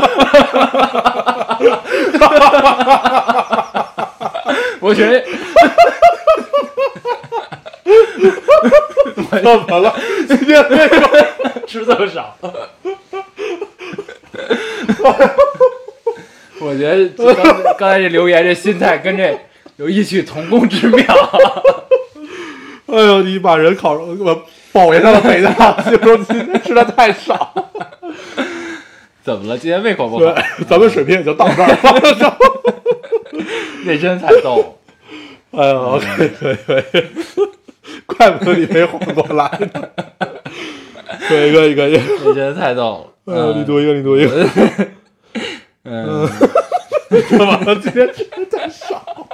我觉得。 怎么了？今天那个吃这么少，我觉得刚才这留言这心态跟这有异曲同工之妙。 哎呦，你把人考保研上了北大，就说今天吃的太少。 怎么了？今天胃口不好？ 咱们水平也就到这儿了。 那真太逗了。 哎呦，可以。怪不得你没缓过来呢。可以， 你真的太逗了。 你读一个。怎么了？今天吃的太少。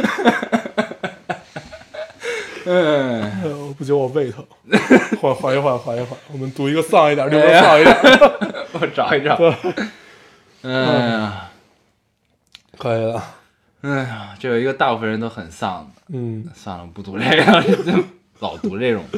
不行，我胃疼。缓一缓。我们读一个丧一点，丧一点。 我找一找。 可以了。 这有一个大部分人都很丧的。算了，不读这个，老读这种。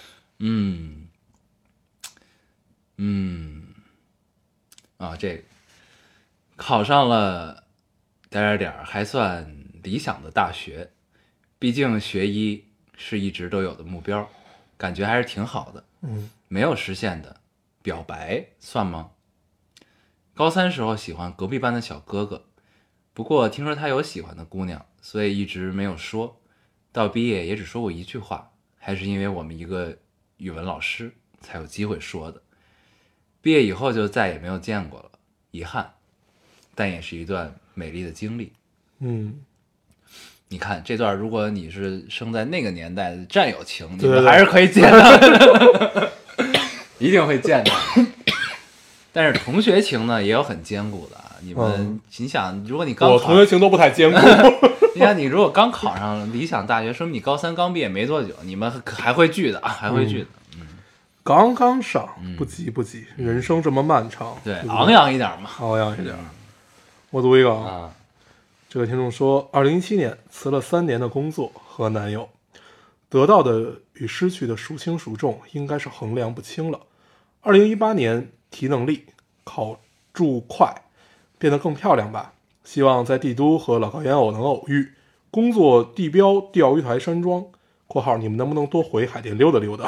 这个考上了还算理想的大学，毕竟学医是一直都有的目标，感觉还是挺好的。没有实现的表白算吗？高3时候喜欢隔壁班的小哥哥，不过听说他有喜欢的姑娘，所以一直没有说，到毕业也只说过一句话，还是因为我们一个语文老师才有机会说的。毕业以后就再也没有见过了，遗憾，但也是一段美丽的经历。你看这段，如果你是生在那个年代的战友情，你们还是可以见到的。一定会见到。但是同学情呢，也有很坚固的。 你想，如果你刚我同学情都不太坚固。 你看，你如果刚考上理想大学，说明你高三刚毕业没多久，你们还会聚的，还会聚的。 刚刚上，不急不急，人生这么漫长， 对，昂扬一点嘛， 昂扬一点。我读一个啊，这个听众说，2017年辞了3年的工作和男友，得到的与失去的孰轻孰重，应该是衡量不清了。2018年提能力，考注快，变得更漂亮吧。希望在帝都和老高烟偶能偶遇。工作地标钓鱼台山庄（括号你们能不能多回海淀溜达溜达？）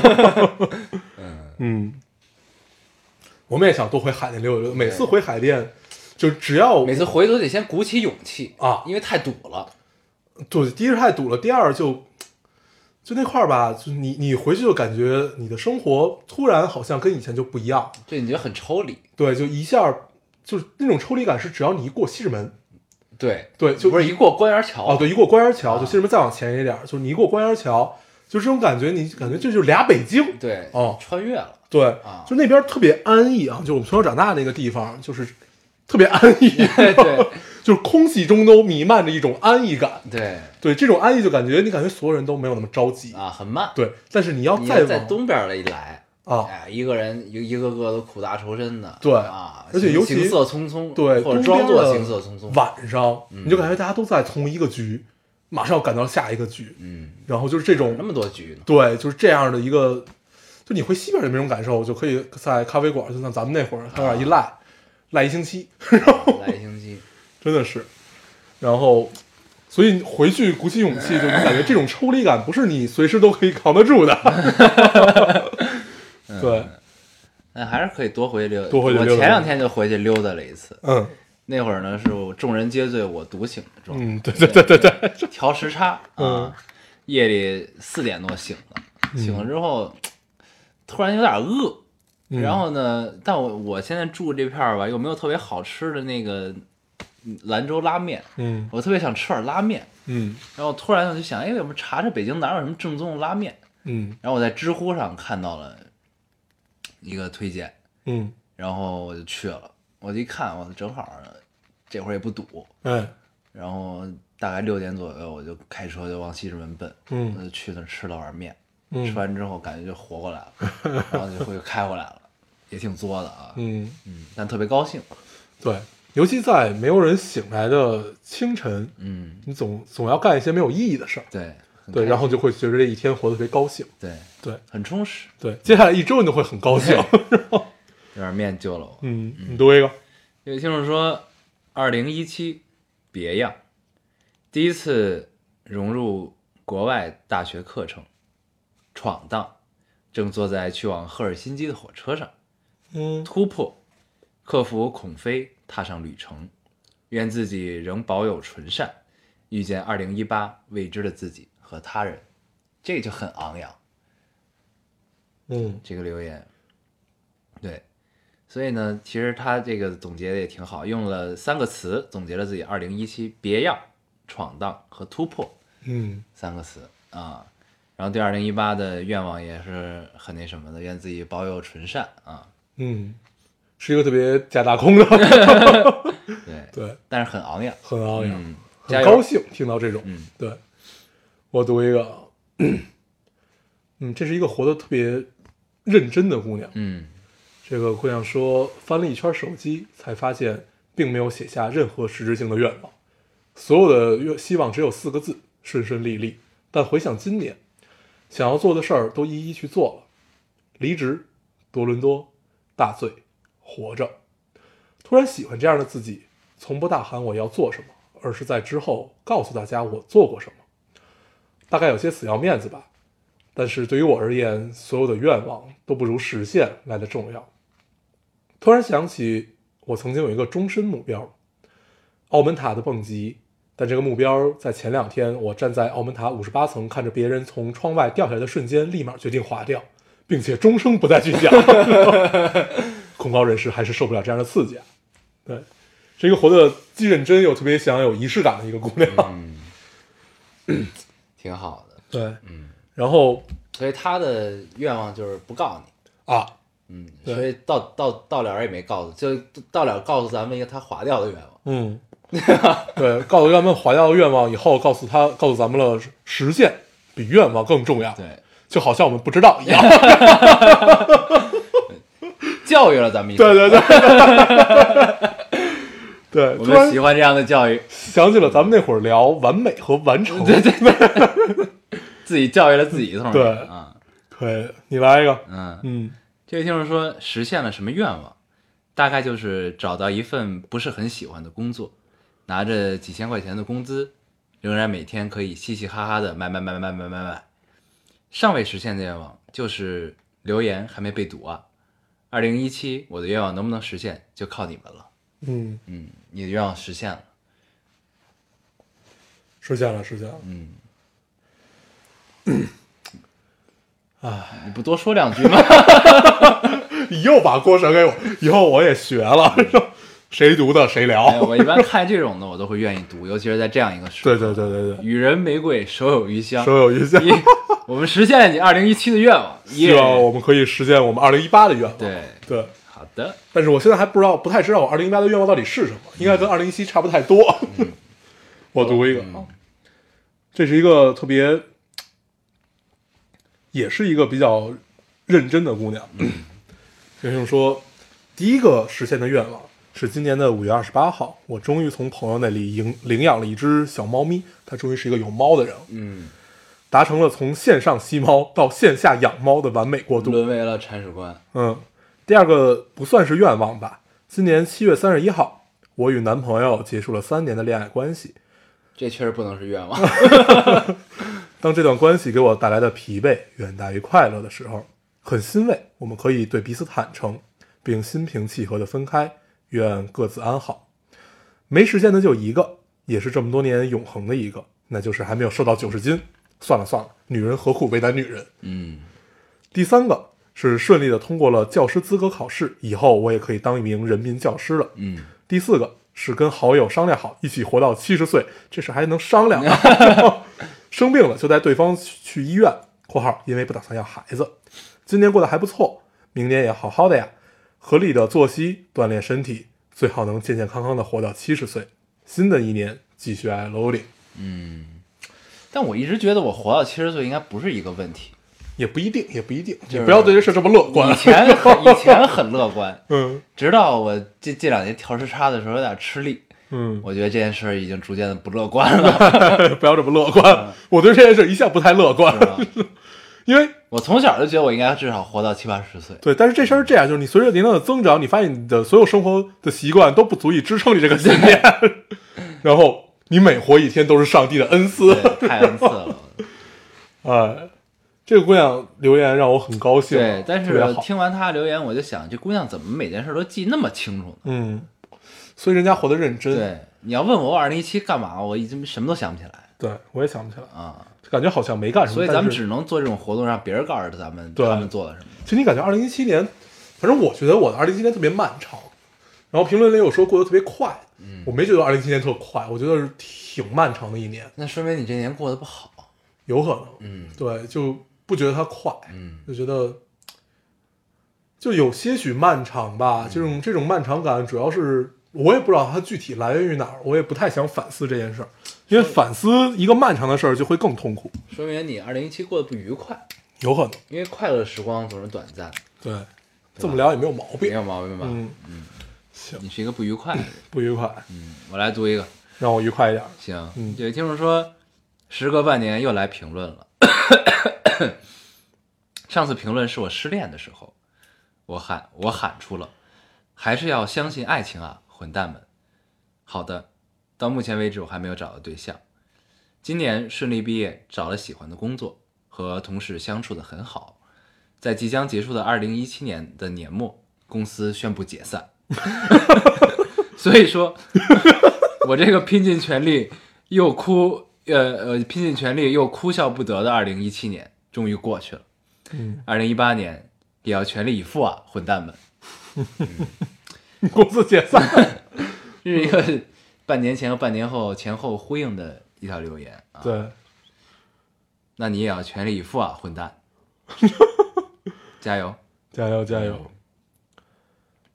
我们也想多回海淀溜达溜达。每次回海淀，就只要每次回都得先鼓起勇气啊， 因为太堵了。 对，第一是太堵了，第二就那块儿吧，就你回去就感觉你的生活突然好像跟以前就不一样， 对，你觉得很抽离。 对，就一下就是那种抽离感是只要你一过西直门， 对， 就不是一过官园桥哦，对，一过官园桥，就西直门再往前一点，就是你一过官园桥，就这种感觉，你感觉这就是俩北京， 对， 哦， 穿越了， 对，就那边特别安逸啊，就我们从小长大那个地方，就是特别安逸， 对， 就是空气中都弥漫着一种安逸感， 对， 这种安逸就感觉所有人都没有那么着急啊，很慢， 对，但是你要在东边了一来。 啊， 一个人一个个都苦大仇深的， 对啊， 而且尤其行色匆匆， 对， 或者装作行色匆匆。 晚上你就感觉大家都在同一个局，马上要赶到下一个局，然后就是这种那么多局呢， 对，就是这样的一个，就你回西边的那种感受，就可以在咖啡馆，就像咱们那会儿咖啡馆一赖1星期， 赖1星期， 真的是，然后。所以回去鼓起勇气，就你感觉这种抽离感不是你随时都可以扛得住的。对， 那还是可以多回溜达。 我前2天就回去溜达了一次。 那会儿呢是众人皆醉我独醒的状态。 对， 调时差啊，夜里4点多醒了，醒了之后突然有点饿，然后呢，但我现在住这片儿吧，又没有特别好吃的那个兰州拉面，我特别想吃点拉面，然后突然我就想，我们查查北京哪有什么正宗的拉面，然后我在知乎上看到了一个推荐，然后我就去了，我一看，我正好这会儿也不堵，然后大概6点左右，我就开车就往西直门奔，我就去那吃了碗面，吃完之后感觉就活过来了，然后就会开回来了，也挺作的啊，但特别高兴， 对。尤其在没有人醒来的清晨，你总要干一些没有意义的事儿，对，然后就会觉得这一天活得特别高兴， 对，很充实， 对，接下来1周你都会很高兴。 有点面救了我， 你读一个。 有听众说，2017别样，第一次融入国外大学课程，闯荡，正坐在去往赫尔辛基的火车上，突破，克服恐飞。踏上旅程，愿自己仍保有纯善，遇见2018未知的自己和他人，这就很昂扬。这个留言，对，所以呢，其实他这个总结的也挺好，用了3个词总结了自己2017别样、闯荡和突破，3个词啊。然后对2018的愿望也是很那什么的，愿自己保有纯善啊。 是一个特别假大空的，对， 但是很昂扬， 很昂扬，很高兴听到这种，对，我读一个，这是一个活得特别认真的姑娘，这个姑娘说，翻了一圈手机，才发现并没有写下任何实质性的愿望，所有的希望只有4个字：顺顺利利。但回想今年，想要做的事儿都一一去做了，离职、多伦多、大醉。活着，突然喜欢这样的自己，从不大喊我要做什么，而是在之后告诉大家我做过什么。大概有些死要面子吧，但是对于我而言，所有的愿望都不如实现来的重要。突然想起我曾经有一个终身目标，澳门塔的蹦极，但这个目标在前2天我站在澳门塔58层看着别人从窗外掉下来的瞬间，立马决定划掉，并且终生不再去想。恐高人士还是受不了这样的刺激啊！对，是一个活得既认真又特别想有仪式感的一个姑娘， 挺好的。 对，然后所以他的愿望就是不告诉你啊， 所以到了也没告诉，就到了告诉咱们一个他划掉的愿望。 对，告诉咱们划掉的愿望以后，告诉咱们了实现比愿望更重要。 对， 就好像我们不知道一样。 教育了咱们一对。对， 我们喜欢这样的教育。 想起了咱们那会儿聊完美和完成。 对，自己教育了自己，同对啊， 可以，你来一个。 这位听众说实现了什么愿望？大概就是找到一份不是很喜欢的工作，拿着几千块钱的工资，仍然每天可以嘻嘻哈哈的买。尚未实现的愿望就是留言还没被读啊。2017我的愿望能不能实现，就靠你们了。你的愿望实现了。 实现了。 你不多说两句吗？ 你又把锅甩给我，以后我也学了，谁读的谁聊。 我一般看这种的，我都会愿意读，尤其是在这样一个时刻。 对， 予人玫瑰，手有余香。我们实现了你2017的愿望， 希望我们可以实现我们2018的愿望。对， 好的。 但是我现在还不太知道我2018的愿望到底是什么，应该跟2017差不太多。我读一个，这是一个特别，也是一个比较认真的姑娘。学生说，第一个实现的愿望是今年的5月28号，我终于从朋友那里领养了一只小猫咪，它终于是一个有猫的人。达成了从线上吸猫到线下养猫的完美过渡， 沦为了铲屎官。 第二个不算是愿望吧。今年7月31号，我与男朋友结束了3年的恋爱关系。 这确实不能是愿望。 当这段关系给我带来的疲惫远大于快乐的时候，很欣慰我们可以对彼此坦诚，并心平气和地分开，愿各自安好。没实现的就一个，也是这么多年永恒的一个，那就是还没有瘦到90斤。算了，女人何苦为难女人。第三个是顺利的通过了教师资格考试，以后我也可以当一名人民教师了。第四个是跟好友商量好一起活到70岁，这事还能商量啊。生病了就带对方去医院（括号因为不打算要孩子）。今年过得还不错，明年也好好的呀，合理的作息，锻炼身体，最好能健健康康的活到70岁。新的一年继续爱 loading。 但我一直觉得我活到70岁应该不是一个问题。 也不一定，你不要对这事这么乐观。 以前很乐观，直到我这2年调时差的时候有点吃力，我觉得这件事已经逐渐的不乐观了。 不要这么乐观，我对这件事一向不太乐观，因为我从小就觉得我应该至少活到70、80岁。 对，但是这事儿是这样，就是你随着年龄的增长，你发现你的所有生活的习惯都不足以支撑你这个信念，然后你每活一天都是上帝的恩赐， 太恩赐了。 这个姑娘留言让我很高兴。 对，但是听完她留言，我就想，这姑娘怎么每件事都记那么清楚呢？所以人家活得认真。 对，你要问我2017干嘛，我已经什么都想不起来。 对，我也想不起来啊，感觉好像没干什么。 所以咱们只能做这种活动，让别人告诉他们做了什么。 其实你感觉2017年，反正我觉得我的2017年特别漫长，然后评论里有说过得特别快，我没觉得2017年特快，我觉得是挺漫长的一年。 那说明你这年过得不好， 有可能。对，就不觉得它快，就觉得就有些许漫长吧。这种漫长感，主要是我也不知道它具体来源于哪儿，我也不太想反思这件事儿，因为反思一个漫长的事儿就会更痛苦。 说明你2017过得不愉快， 有可能， 因为快乐的时光总是短暂。 对，这么聊也没有毛病， 没有毛病吧？ 行， 你是一个不愉快的人， 不愉快。 我来读一个， 让我愉快一点。 行，这位听众说，时隔半年又来评论了。上次评论是我失恋的时候，我喊出了，还是要相信爱情啊，混蛋们。好的，到目前为止我还没有找到对象。今年顺利毕业，找了喜欢的工作，和同事相处得很好。在即将结束的2017年的年末，公司宣布解散。所以说，我这个拼尽全力又哭笑不得的2017年终于过去了。2018年也要全力以赴啊，混蛋们。 公司解散， 这是一个半年前和半年后前后呼应的一条留言啊。 对， 那你也要全力以赴啊，混蛋。加油， 加油，加油！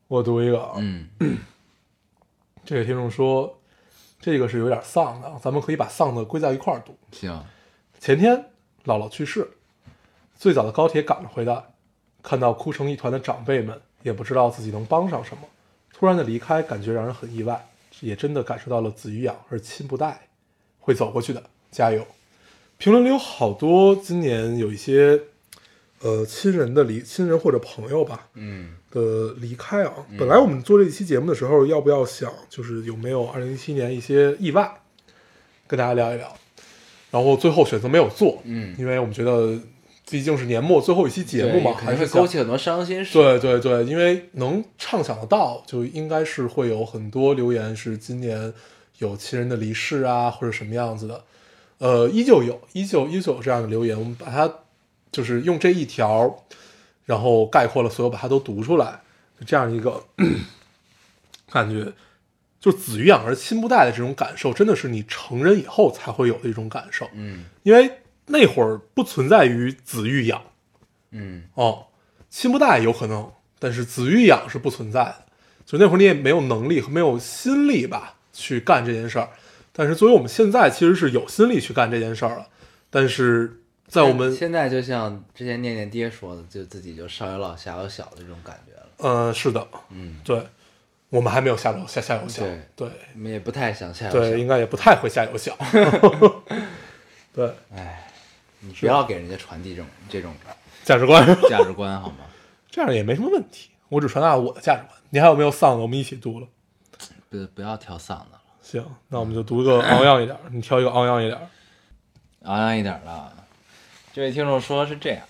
我读一个啊，这个听众说，这个是有点丧的，咱们可以把丧的归在一块儿读。 行。 前天姥姥去世，最早的高铁赶了回来，看到哭成一团的长辈们，也不知道自己能帮上什么。突然的离开，感觉让人很意外，也真的感受到了子欲养而亲不待，会走过去的，加油！评论里有好多今年有一些亲人或者朋友吧，的离开啊。本来我们做这一期节目的时候，要不要想就是有没有2017年一些意外，跟大家聊一聊，然后最后选择没有做，因为我们觉得毕竟是年末最后一期节目嘛， 还是会勾起很多伤心事。 对对对，因为能畅想得到，就应该是会有很多留言是今年有亲人的离世啊，或者什么样子的。依旧有这样的留言，我们把它就是用这一条，然后概括了所有，把它都读出来，这样一个感觉，就子欲养而亲不待的这种感受，真的是你成人以后才会有的一种感受。因为那会儿不存在于子欲养，亲不待有可能，但是子欲养是不存在的。就那会儿你也没有能力和没有心力吧去干这件事儿。但是作为我们现在其实是有心力去干这件事儿了，但是在我们现在就像之前念念爹说的，就自己就上有老下有小的这种感觉了。 是的，对，我们还没有下有小，对， 我们也不太想下有小， 对，应该也不太会下有小。对， 哎，你不要给人家传递这种价值观好吗？ 这样也没什么问题，我只传达我的价值观。你还有没有丧的？我们一起读了。 不要挑丧的了。 行，那我们就读个昂扬一点，你挑一个昂扬一点的。这位听众说是这样，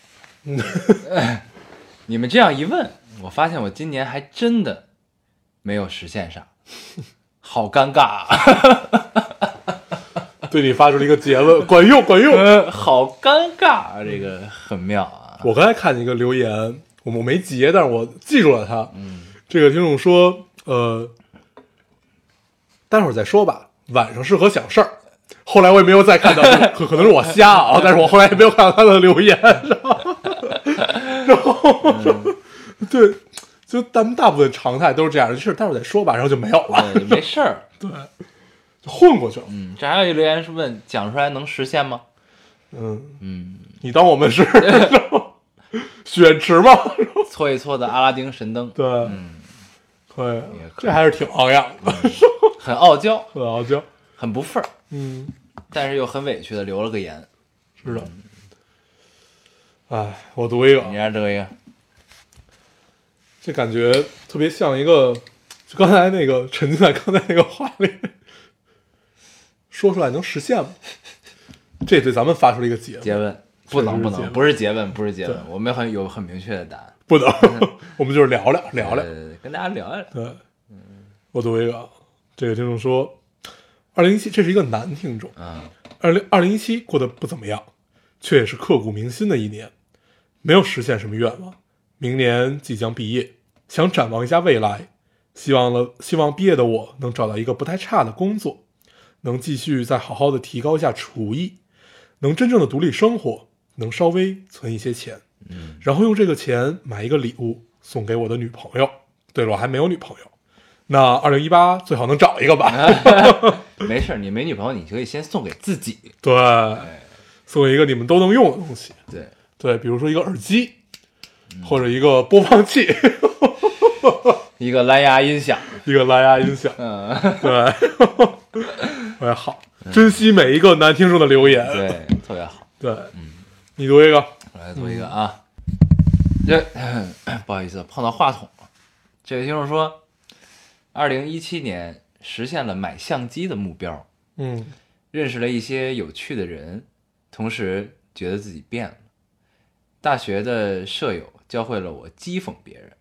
你们这样一问，我发现我今年还真的没有实现啥，好尴尬啊！ 对你发出了一个结论，管用， 好尴尬啊，这个很妙啊。 我刚才看见一个留言，我没截，但是我记住了他。这个听众说，待会儿再说吧，晚上适合想事儿。后来我也没有再看到，可能是我瞎啊，但是我后来也没有看到他的留言，然后对，就咱们大部分常态都是这样的事，待会儿再说吧，然后就没有了， 对，没事儿， 对，就混过去了。 这还有一留言是问讲出来能实现吗？ 你当我们是血池吗？ 搓一搓的阿拉丁神灯， 对，对，这还是挺昂扬的， 很傲娇，很不忿儿，但是又很委屈的留了个言。 是的，哎，我读一个， 你让读一个， 这感觉特别像一个，就刚才那个沉浸在刚才那个话里，说出来能实现吗？这对咱们发出了一个结论， 不能，不是结论，我们有很明确的答案， 不能，我们就是聊聊， 跟大家聊聊。 对，我读一个，这个听众说，2017，这是一个男听众，2017过得不怎么样，却也是刻骨铭心的一年，没有实现什么愿望，明年即将毕业，想展望一下未来，希望毕业的我能找到一个不太差的工作，能继续再好好的提高一下厨艺，能真正的独立生活，能稍微存一些钱，然后用这个钱买一个礼物送给我的女朋友。对了，我还没有女朋友，那2018最好能找一个吧。 没事，你没女朋友，你可以先送给自己。 对，送给一个你们都能用的东西。 对， 比如说一个耳机，或者一个播放器， 一个蓝牙音响， 对，哎，好，珍惜每一个男听众的留言， 对，特别好。 对，你读一个， 我来读一个啊。不好意思，碰到话筒了。这位听众说，2017年实现了买相机的目标，认识了一些有趣的人，同时觉得自己变了。大学的舍友教会了我讥讽别人，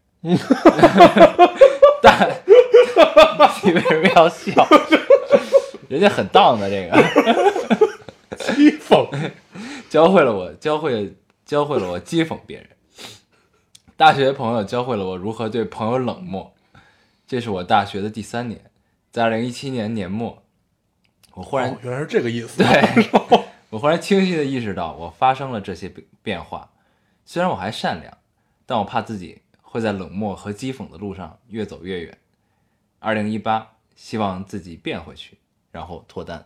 但你为什么要笑？人家很荡的这个讥讽， 教会了我讥讽别人。大学朋友教会了我如何对朋友冷漠。这是我大学的第3年，在2017年年末，我忽然， 原来是这个意思。 对，我忽然清晰的意识到我发生了这些变化。虽然我还善良，但我怕自己会在冷漠和讥讽的路上越走越远。2018，希望自己变回去，然后脱单。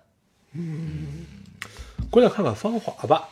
关键看看《芳华》吧。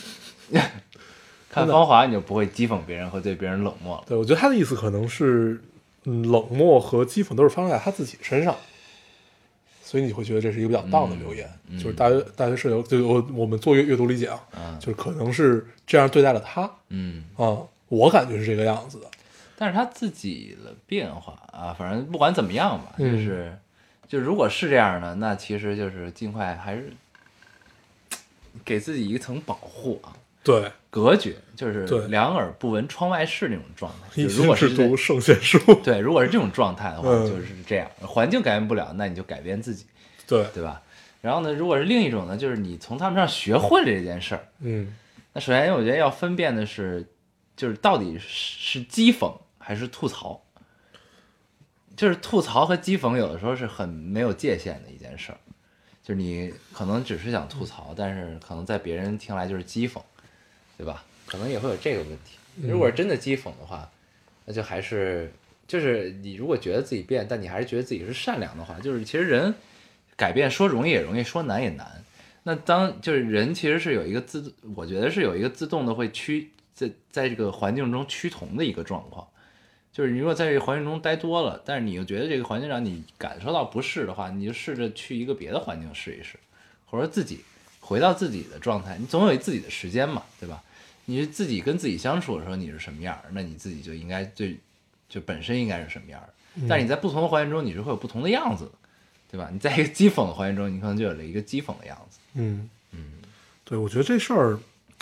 看《芳华》你就不会讥讽别人和对别人冷漠了。 对，我觉得他的意思可能是，冷漠和讥讽都是发生在他自己身上，所以你会觉得这是一个比较当的留言，就是大学舍友，就我们做阅读理解啊，就是可能是这样对待了他，我感觉是这个样子的。 但是他自己的变化啊，反正不管怎么样吧，就如果是这样的，那其实就是尽快还是给自己一层保护啊。 对， 隔绝就是两耳不闻窗外事那种状态。 如果是读圣贤书， 对，如果是这种状态的话，就是这样。环境改变不了，那你就改变自己，对吧？然后呢，如果是另一种呢，就是你从他们上学会了这件事儿，那首先我觉得要分辨的是，就是到底是讥讽还是吐槽。就是吐槽和讥讽有的时候是很没有界限的一件事儿，就是你可能只是想吐槽，但是可能在别人听来就是讥讽。对吧？可能也会有这个问题。如果是真的讥讽的话，那就还是就是你如果觉得自己变，但你还是觉得自己是善良的话，就是其实人改变说容易也容易，说难也难。那当就是人其实是有一个我觉得是有一个自动的会在这个环境中趋同的一个状况。就是你如果在这个环境中待多了，但是你又觉得这个环境让你感受到不适的话，你就试着去一个别的环境试一试，或者自己回到自己的状态。你总有自己的时间嘛，对吧？你是自己跟自己相处的时候你是什么样，那你自己就应该就本身应该是什么样。但是你在不同的环境中你是会有不同的样子的，对吧？你在一个讥讽的环境中，你可能就有了一个讥讽的样子。 对，我觉得这事儿，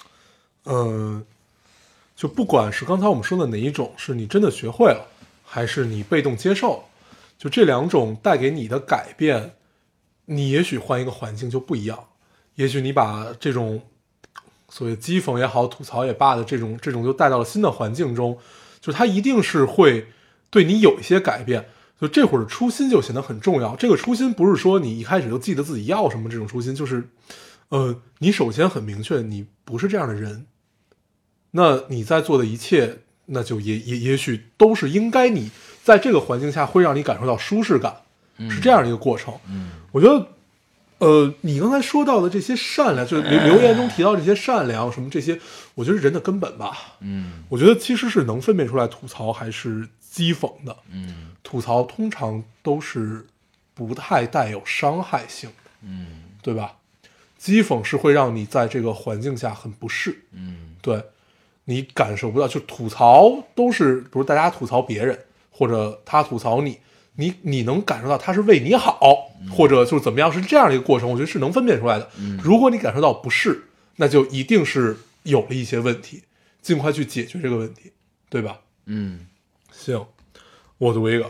就不管是刚才我们说的哪一种，是你真的学会了，还是你被动接受，就这两种带给你的改变，你也许换一个环境就不一样。也许你把这种所谓讥讽也好，吐槽也罢的这种就带到了新的环境中，就它一定是会对你有一些改变。就这会儿初心就显得很重要。这个初心不是说你一开始就记得自己要什么，这种初心就是，你首先很明确你不是这样的人，那你在做的一切，那就也许都是应该你在这个环境下会让你感受到舒适感，是这样的一个过程。我觉得。你刚才说到的这些善良，就是留言中提到这些善良什么这些，我觉得是人的根本吧。我觉得其实是能分辨出来吐槽还是讥讽的。吐槽通常都是不太带有伤害性的，对吧？讥讽是会让你在这个环境下很不适，对，你感受不到。就吐槽都是，比如大家吐槽别人，或者他吐槽你。你能感受到他是为你好，或者就是怎么样，是这样的一个过程，我觉得是能分辨出来的。如果你感受到不适，那就一定是有了一些问题，尽快去解决这个问题，对吧？行，我读一个。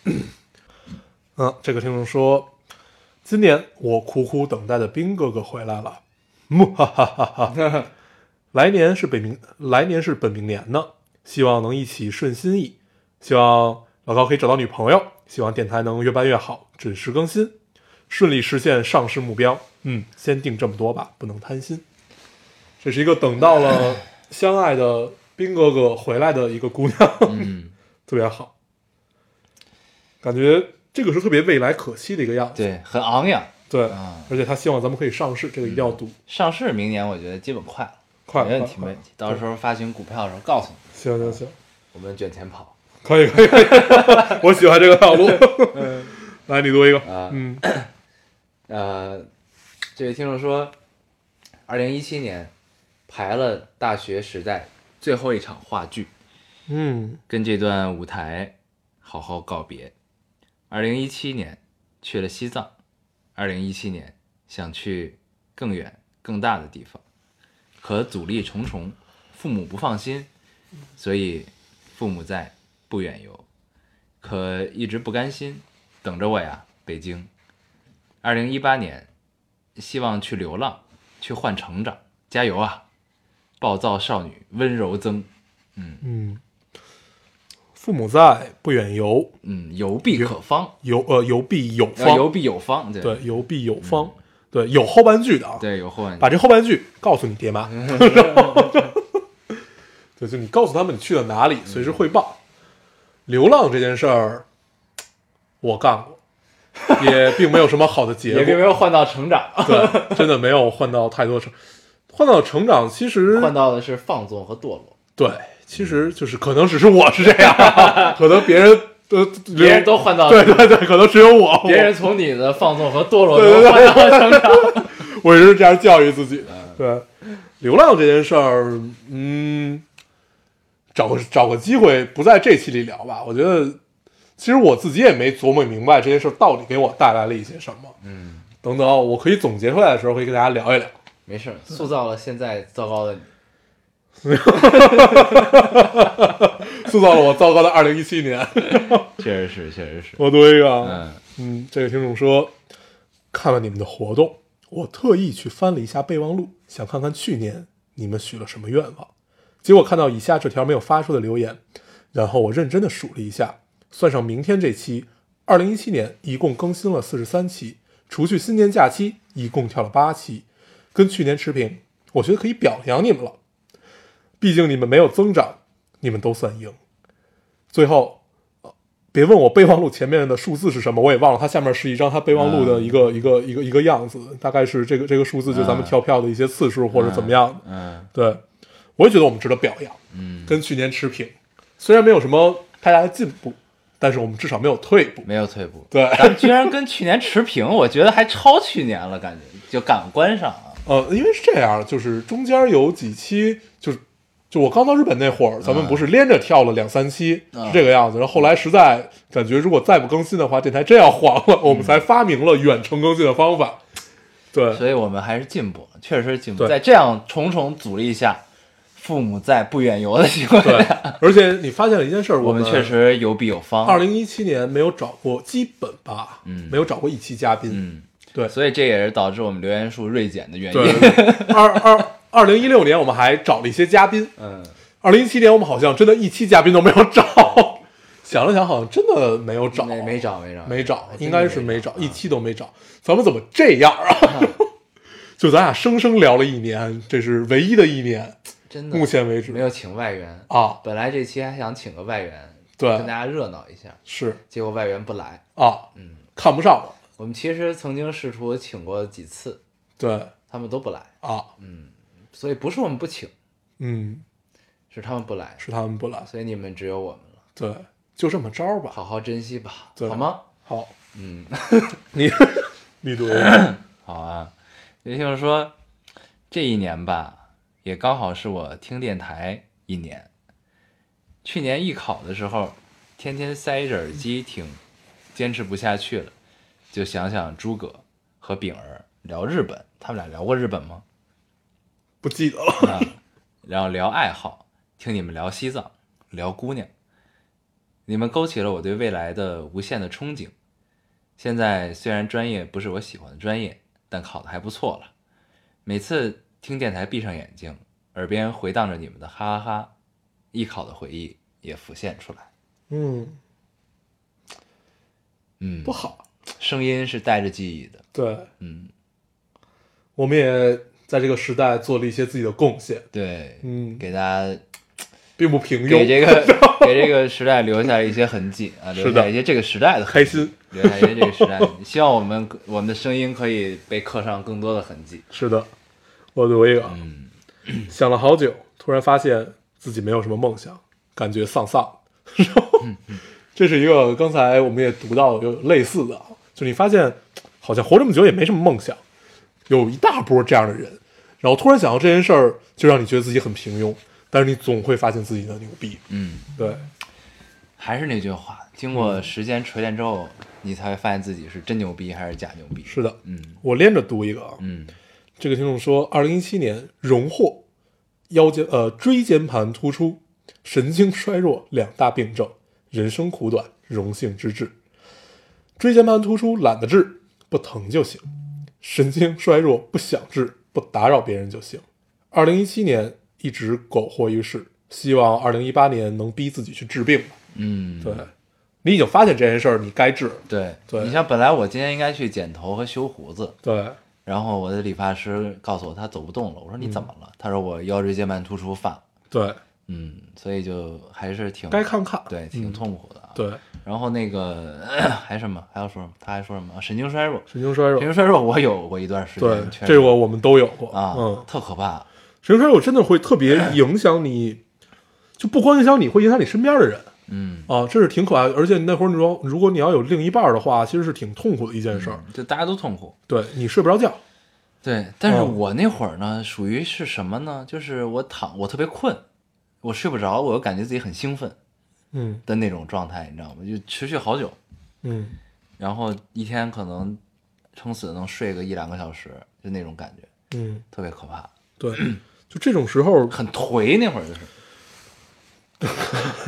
这个听众说，今年我苦苦等待的兵哥哥回来了，哈哈哈哈！来年是本命年呢，希望能一起顺心意，希望老高可以找到女朋友，希望电台能越办越好，准时更新，顺利实现上市目标。先定这么多吧，不能贪心。这是一个等到了相爱的兵哥哥回来的一个姑娘，特别好，感觉这个是特别未来可期的一个样子， 对，很昂扬， 对，而且他希望咱们可以上市，这个一定要读。 上市明年我觉得基本快了，没问题，到时候发行股票的时候告诉你。 行， 我们卷钱跑。 可以，我喜欢这个套路。来，你读一个。 这位听众说，2017年排了大学时代最后一场话剧，跟这段舞台好好告别。2017年去了西藏，2017年想去更远更大的地方，可阻力重重，父母不放心，所以父母在。不远游，可一直不甘心，等着我呀，北京。2018年，希望去流浪，去换成长，加油啊！暴躁少女温柔增。 父母在，不远游。 游必可方。 游必有方。 游必有方。 对，游必有方。对，有后半句的啊。 对，有后半句。 把这后半句告诉你爹妈。对，就你告诉他们你去了哪里，随时汇报。 流浪这件事儿我干过，也并没有什么好的结果， 也并没有换到成长， 对，真的没有换到太多换到成长，其实换到的是放纵和堕落。 对，其实就是可能只是我是这样，可能别人都换到对对对，可能只有我， 别人从你的放纵和堕落中换到了成长。 我也是这样教育自己的。对，流浪这件事儿，找个机会不在这期里聊吧。我觉得其实我自己也没琢磨明白这件事到底给我带来了一些什么。等等，我可以总结出来的时候，可以跟大家聊一聊。 没事，塑造了现在糟糕的你。 塑造了我糟糕的2017年。 确实是。 我读一个，这个听众说，看了你们的活动，我特意去翻了一下备忘录，想看看去年你们许了什么愿望。结果看到以下这条没有发出的留言，然后我认真的数了一下，算上明天这期，2017年一共更新了43期，除去新年假期，一共跳了8期，跟去年持平。我觉得可以表扬你们了，毕竟你们没有增长，你们都算赢。最后，别问我备忘录前面的数字是什么，我也忘了。它下面是一张它备忘录的一个样子，大概是这个数字，就咱们跳票的一些次数或者怎么样。对，我也觉得我们值得表扬。跟去年持平，虽然没有什么太大的进步，但是我们至少没有退步。 没有退步。 对， 咱们居然跟去年持平，我觉得还超去年了，感觉就感官上啊。 因为是这样，就是中间有几期，就我刚到日本那会儿，咱们不是连着跳了2-3期，是这个样子。然后后来实在感觉，如果再不更新的话，电台真要黄了，我们才发明了远程更新的方法。对， 所以我们还是进步了，确实是进步。在这样重重阻力下，父母在不远游的情况下， 而且你发现了一件事， 我们确实有必有方。 2017年没有找过，基本吧，没有找过一期嘉宾。对， 所以这也是导致我们留言数锐减的原因。 2016年我们还找了一些嘉宾，2017年我们好像真的一期嘉宾都没有找。想了想，好像真的没有找， 没找， 应该是没找，一期都没找。咱们怎么这样啊？就咱俩生生聊了1年，这是唯一的1年， 真的， 目前为止没有请外援啊。 本来这期还想请个外援， 对， 跟大家热闹一下， 是， 结果外援不来啊，看不上我。 我们其实曾经试图请过几次， 对， 他们都不来啊， 所以不是我们不请，是他们不来，所以你们只有我们了。 对，就这么着吧， 好好珍惜吧，好吗？ 好，你读好啊。也就是说，这1年吧，也刚好是我听电台1年。去年艺考的时候，天天塞着耳机听，坚持不下去了。就想想诸葛和炳儿聊日本，他们俩聊过日本吗？ 不记得了。 然后聊爱好，听你们聊西藏，聊姑娘，你们勾起了我对未来的无限的憧憬。现在虽然专业不是我喜欢的专业，但考得还不错了。每次听电台闭上眼睛，耳边回荡着你们的哈哈哈，艺考的回忆也浮现出来。 不好。 声音是带着记忆的， 对，我们也在这个时代做了一些自己的贡献， 对，给大家并不平庸， 给这个时代留下一些痕迹啊，留下一些这个时代的开心， 留下一些这个时代的痕迹。希望我们的声音可以被刻上更多的痕迹。 是的，我读一个，想了好久，突然发现自己没有什么梦想，感觉丧丧。这是一个刚才我们也读到有类似的，就你发现好像活这么久也没什么梦想，有一大波这样的人，然后突然想到这件事儿，就让你觉得自己很平庸，但是你总会发现自己的牛逼。对， 还是那句话，经过时间锤炼之后，你才会发现自己是真牛逼还是假牛逼。 是的，我连着读一个，这个听众说，2017年荣获椎间盘突出、神经衰弱2大病症。人生苦短，荣幸之至。椎间盘突出懒得治，不疼就行；神经衰弱不想治，不打扰别人就行。2017年一直苟活于世，希望2018年能逼自己去治病吧。对，你已经发现这件事儿，你该治。 对，你像本来我今天应该去剪头和修胡子， 对， 然后我的理发师告诉我他走不动了，我说你怎么了？他说我腰椎间盘突出犯了。 对， 所以就还是挺该看看， 对，挺痛苦的啊。 对。 然后那个还什么还要说什么？他还说什么？神经衰弱， 神经衰弱， 神经衰弱，我有过一段时间， 对，这个我们都有过啊，特可怕。 神经衰弱真的会特别影响你，就不光影响你，会影响你身边的人。这是挺可怕的。而且那会儿如果你要有另一半的话，其实是挺痛苦的一件事儿， 就大家都痛苦。 对，你睡不着觉。 对，但是我那会儿呢，属于是什么呢？就是我特别困，我睡不着，我又感觉自己很兴奋，的那种状态，你知道吗？就持续好久，然后一天可能撑死能睡个1-2个小时，就那种感觉，特别可怕。 对，就这种时候很颓，那会儿就是，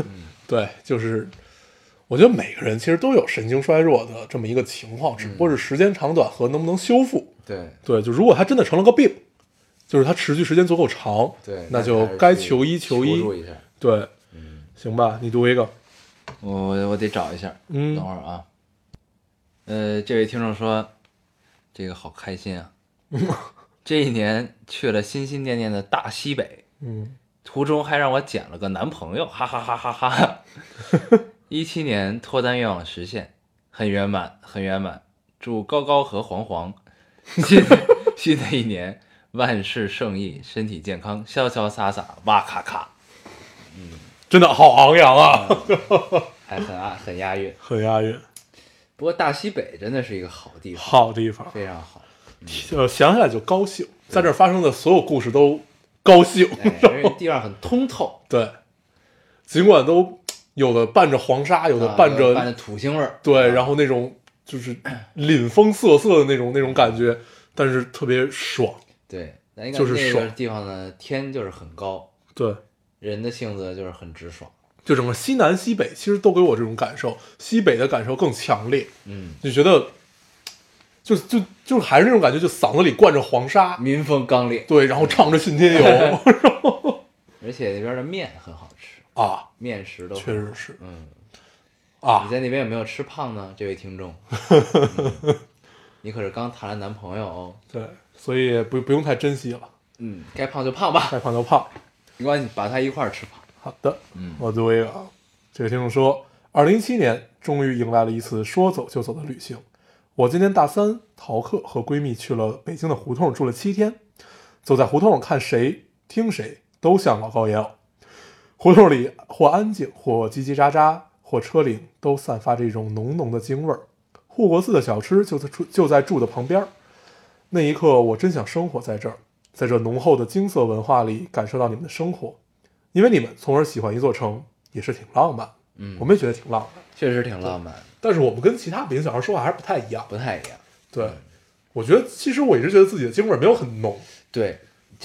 对，就是我觉得每个人其实都有神经衰弱的这么一个情况，只不过是时间长短和能不能修复。对，就如果他真的成了个病，就是他持续时间足够长， 对， 那就该求医。对，行吧，你读一个， 我得找一下，等会儿啊。这位听众说，这个好开心啊！这一年去了心心念念的大西北，途中还让我捡了个男朋友，哈哈哈哈哈。17年脱单愿望实现，很圆满，很圆满。祝高高和黄黄新的一年万事胜意，身体健康，潇潇洒洒，哇咔咔。 真的好昂扬啊， 还很押韵， 很押韵。 不过大西北真的是一个好地方， 好地方， 非常好。 想起来就高兴，在这儿发生的所有故事都高兴， 而且地方很通透。 对，尽管都有的伴着黄沙，有的伴着土腥味儿， 对，然后那种就是凛风瑟瑟的那种感觉，但是特别爽。 对， 就是爽。 那个地方呢，天就是很高， 对， 人的性子就是很直爽。 就整个西南西北其实都给我这种感受，西北的感受更强烈。就觉得就还是那种感觉，就嗓子里灌着黄沙， 民风刚烈。 对，然后唱着信天游， 而且那边的面很好吃啊， 面食都确实是。 你在那边有没有吃胖呢？这位听众，你可是刚谈了男朋友哦。 对，所以不用太珍惜了。 该胖就胖吧， 该胖就胖， 没关系，把它一块儿吃胖。 好的，我读一个啊。这个听众说，2017年终于迎来了一次说走就走的旅行。我今年大3逃课，和闺蜜去了北京的胡同住了7天，走在胡同看谁听谁都像老高烟偶。胡同里或安静，或叽叽喳喳，或车铃，都散发着一种浓浓的京味儿。护国寺的小吃就在住的旁边。那一刻，我真想生活在这儿，在这浓厚的京色文化里感受到你们的生活。因为你们从而喜欢一座城，也是挺浪漫。我们也觉得挺浪漫， 确实挺浪漫。 但是我们跟其他北京小孩说话还是不太一样，对，我觉得其实我一直觉得自己的京味没有很浓。 对，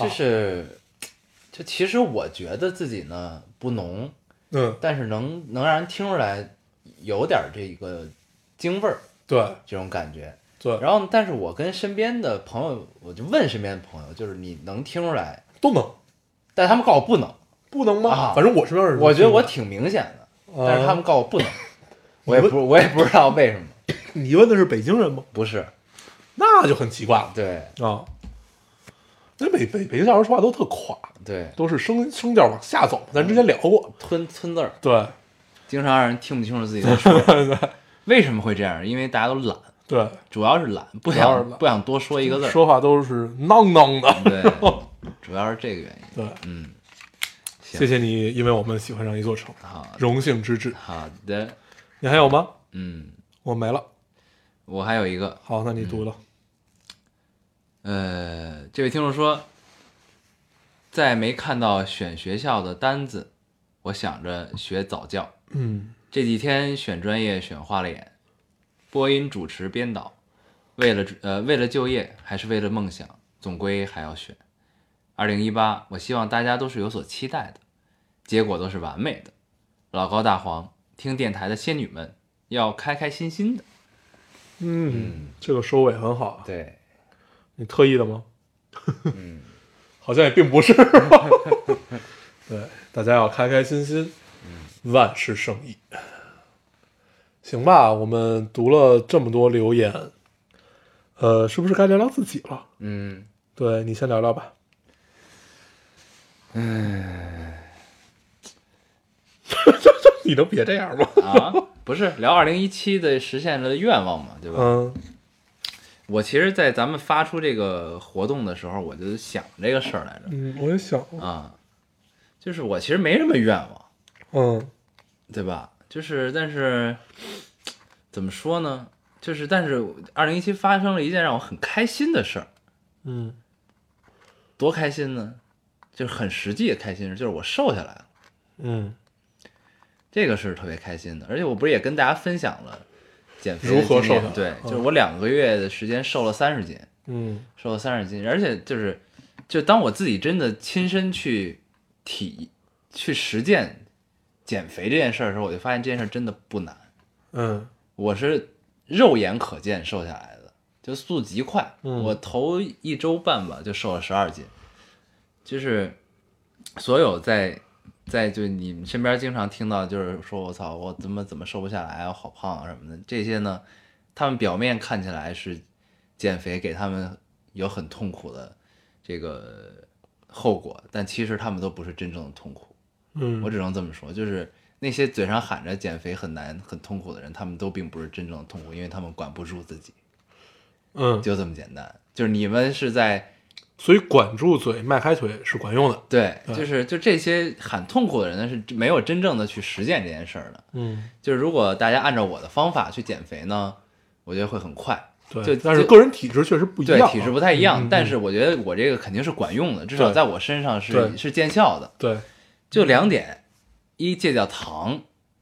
就其实我觉得自己呢不浓，但是能让人听出来有点这个京味儿， 对， 这种感觉。 对， 然后但是我跟身边的朋友，我就问身边的朋友，就是你能听出来？ 都能， 但他们告诉我不能。 不能吗？反正我身边人， 我觉得我挺明显的，但是他们告诉我不能，我也不知道为什么。 你问的是北京人吗？ 不是， 那就很奇怪了。 对啊，那北京小孩说话都特垮， 对， 都是声调往下走。咱之前聊过， 吞字儿， 对， 经常让人听不清楚自己在说。 对， 为什么会这样？因为大家都懒， 对， 主要是懒，不想多说一个字儿， 说话都是囔囔的， 对，主要是这个原因。 对，谢谢你，因为我们喜欢上一座城， 好， 荣幸之至。 好的， 你还有吗？我没了。 我还有一个。 好，那你读了。 这位听众说，在没看到选学校的单子，我想着学早教。这几天选专业选花了眼，播音、主持、编导，为了就业还是为了梦想，总归还要选。2018，我希望大家都是有所期待的，结果都是完美的。老高大黄，听电台的仙女们要开开心心的。 这个收尾很好啊。 对， 你特意的吗？好像也并不是。对，大家要开开心心，万事胜意。行吧，我们读了这么多留言，是不是该聊聊自己了？ 嗯， 对，你先聊聊吧。 你能别这样吗？ 啊，不是聊2017的实现了愿望嘛，对吧？ 嗯， 我其实，在咱们发出这个活动的时候，我就想这个事儿来着。 我也想啊，就是我其实没什么愿望， 对吧？但是怎么说呢？但是2017发生了一件让我很开心的事儿。多开心呢？就是很实际的开心，就是我瘦下来了。这个是特别开心的，而且我不是也跟大家分享了减肥如何瘦的？ 对，就是我2个月的时间瘦了30斤，瘦了30斤，而且就当我自己真的亲身去实践减肥这件事儿的时候，我就发现这件事真的不难。我是肉眼可见瘦下来的，就速度极快。我头1周半吧就瘦了12斤，就是所有在就你们身边经常听到就是说我操我怎么瘦不下来啊，好胖啊什么的，这些呢，他们表面看起来是减肥给他们有很痛苦的这个后果，但其实他们都不是真正的痛苦。我只能这么说，就是那些嘴上喊着减肥很难很痛苦的人，他们都并不是真正的痛苦，因为他们管不住自己。就这么简单。就是你们是在， 所以管住嘴迈开腿是管用的。 对，就这些喊痛苦的人呢，是没有真正的去实践这件事儿的。就是如果大家按照我的方法去减肥呢，我觉得会很快。 对，但是个人体质确实不一样， 对，体质不太一样。但是我觉得我这个肯定是管用的，至少在我身上是见效的。 对， 就2点：一戒掉糖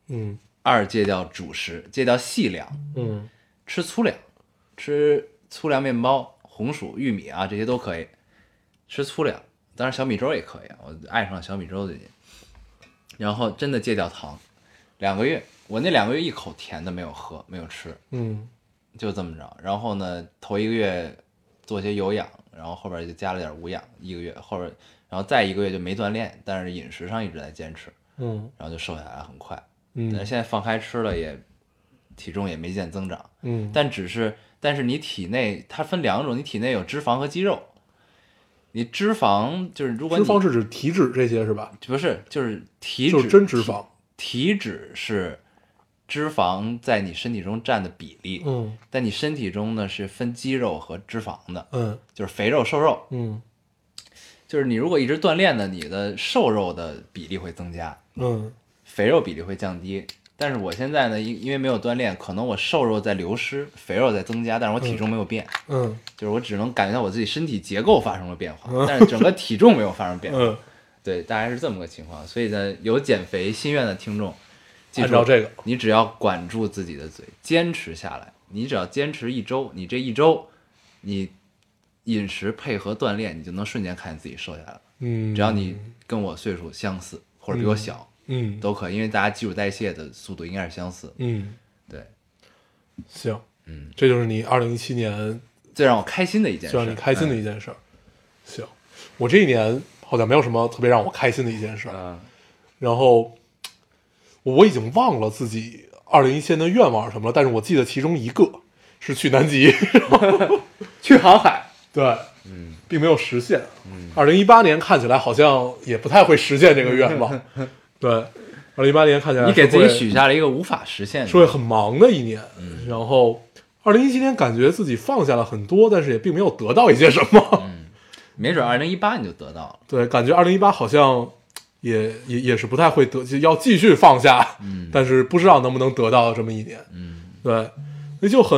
，2戒掉主食，戒掉细粮，吃粗粮，吃粗粮面包、红薯、玉米啊这些都可以，吃粗粮，当然小米粥也可以，我爱上了小米粥最近。然后真的戒掉糖，2个月，我那2个月一口甜的没有喝，没有吃，就这么着。然后呢，头1个月做些有氧，然后后边就加了点无氧，1个月后边，然后再1个月就没锻炼，但是饮食上一直在坚持，然后就瘦下来很快，但是现在放开吃了也体重也没见增长，但是你体内它分2种，你体内有脂肪和肌肉，你脂肪就是如果脂肪是指体脂这些是吧？ 不是，就是体脂， 就是真脂肪， 体脂是脂肪在你身体中占的比例，但你身体中呢是分肌肉和脂肪的，就是肥肉瘦肉，就是你如果一直锻炼呢，你的瘦肉的比例会增加，肥肉比例会降低。但是我现在呢，因为没有锻炼，可能我瘦肉在流失，肥肉在增加，但是我体重没有变，就是我只能感觉到我自己身体结构发生了变化，但是整个体重没有发生变化，对，大概是这么个情况。所以呢，有减肥心愿的听众， 按照这个， 你只要管住自己的嘴，坚持下来，你只要坚持1周，你这1周，你饮食配合锻炼，你就能瞬间看见自己瘦下来了。只要你跟我岁数相似，或者比我小，都可以，因为大家基础代谢的速度应该是相似。对， 行，这就是你2017年最让我开心的一件事， 最让你开心的一件事。行，我这一年好像没有什么特别让我开心的一件事。然后我已经忘了自己2017年的愿望是什么了，但是我记得其中一个是去南极， 去航海。 对，并没有实现。2018年看起来好像也不太会实现这个愿望。对，2018年看起来你给自己许下了一个无法实现的， 是会很忙的一年。然后2017年感觉自己放下了很多，但是也并没有得到一些什么。 没准2018你就得到了。 对，感觉2018好像也是不太会得，就要继续放下，但是不知道能不能得到这么一年。对，所以就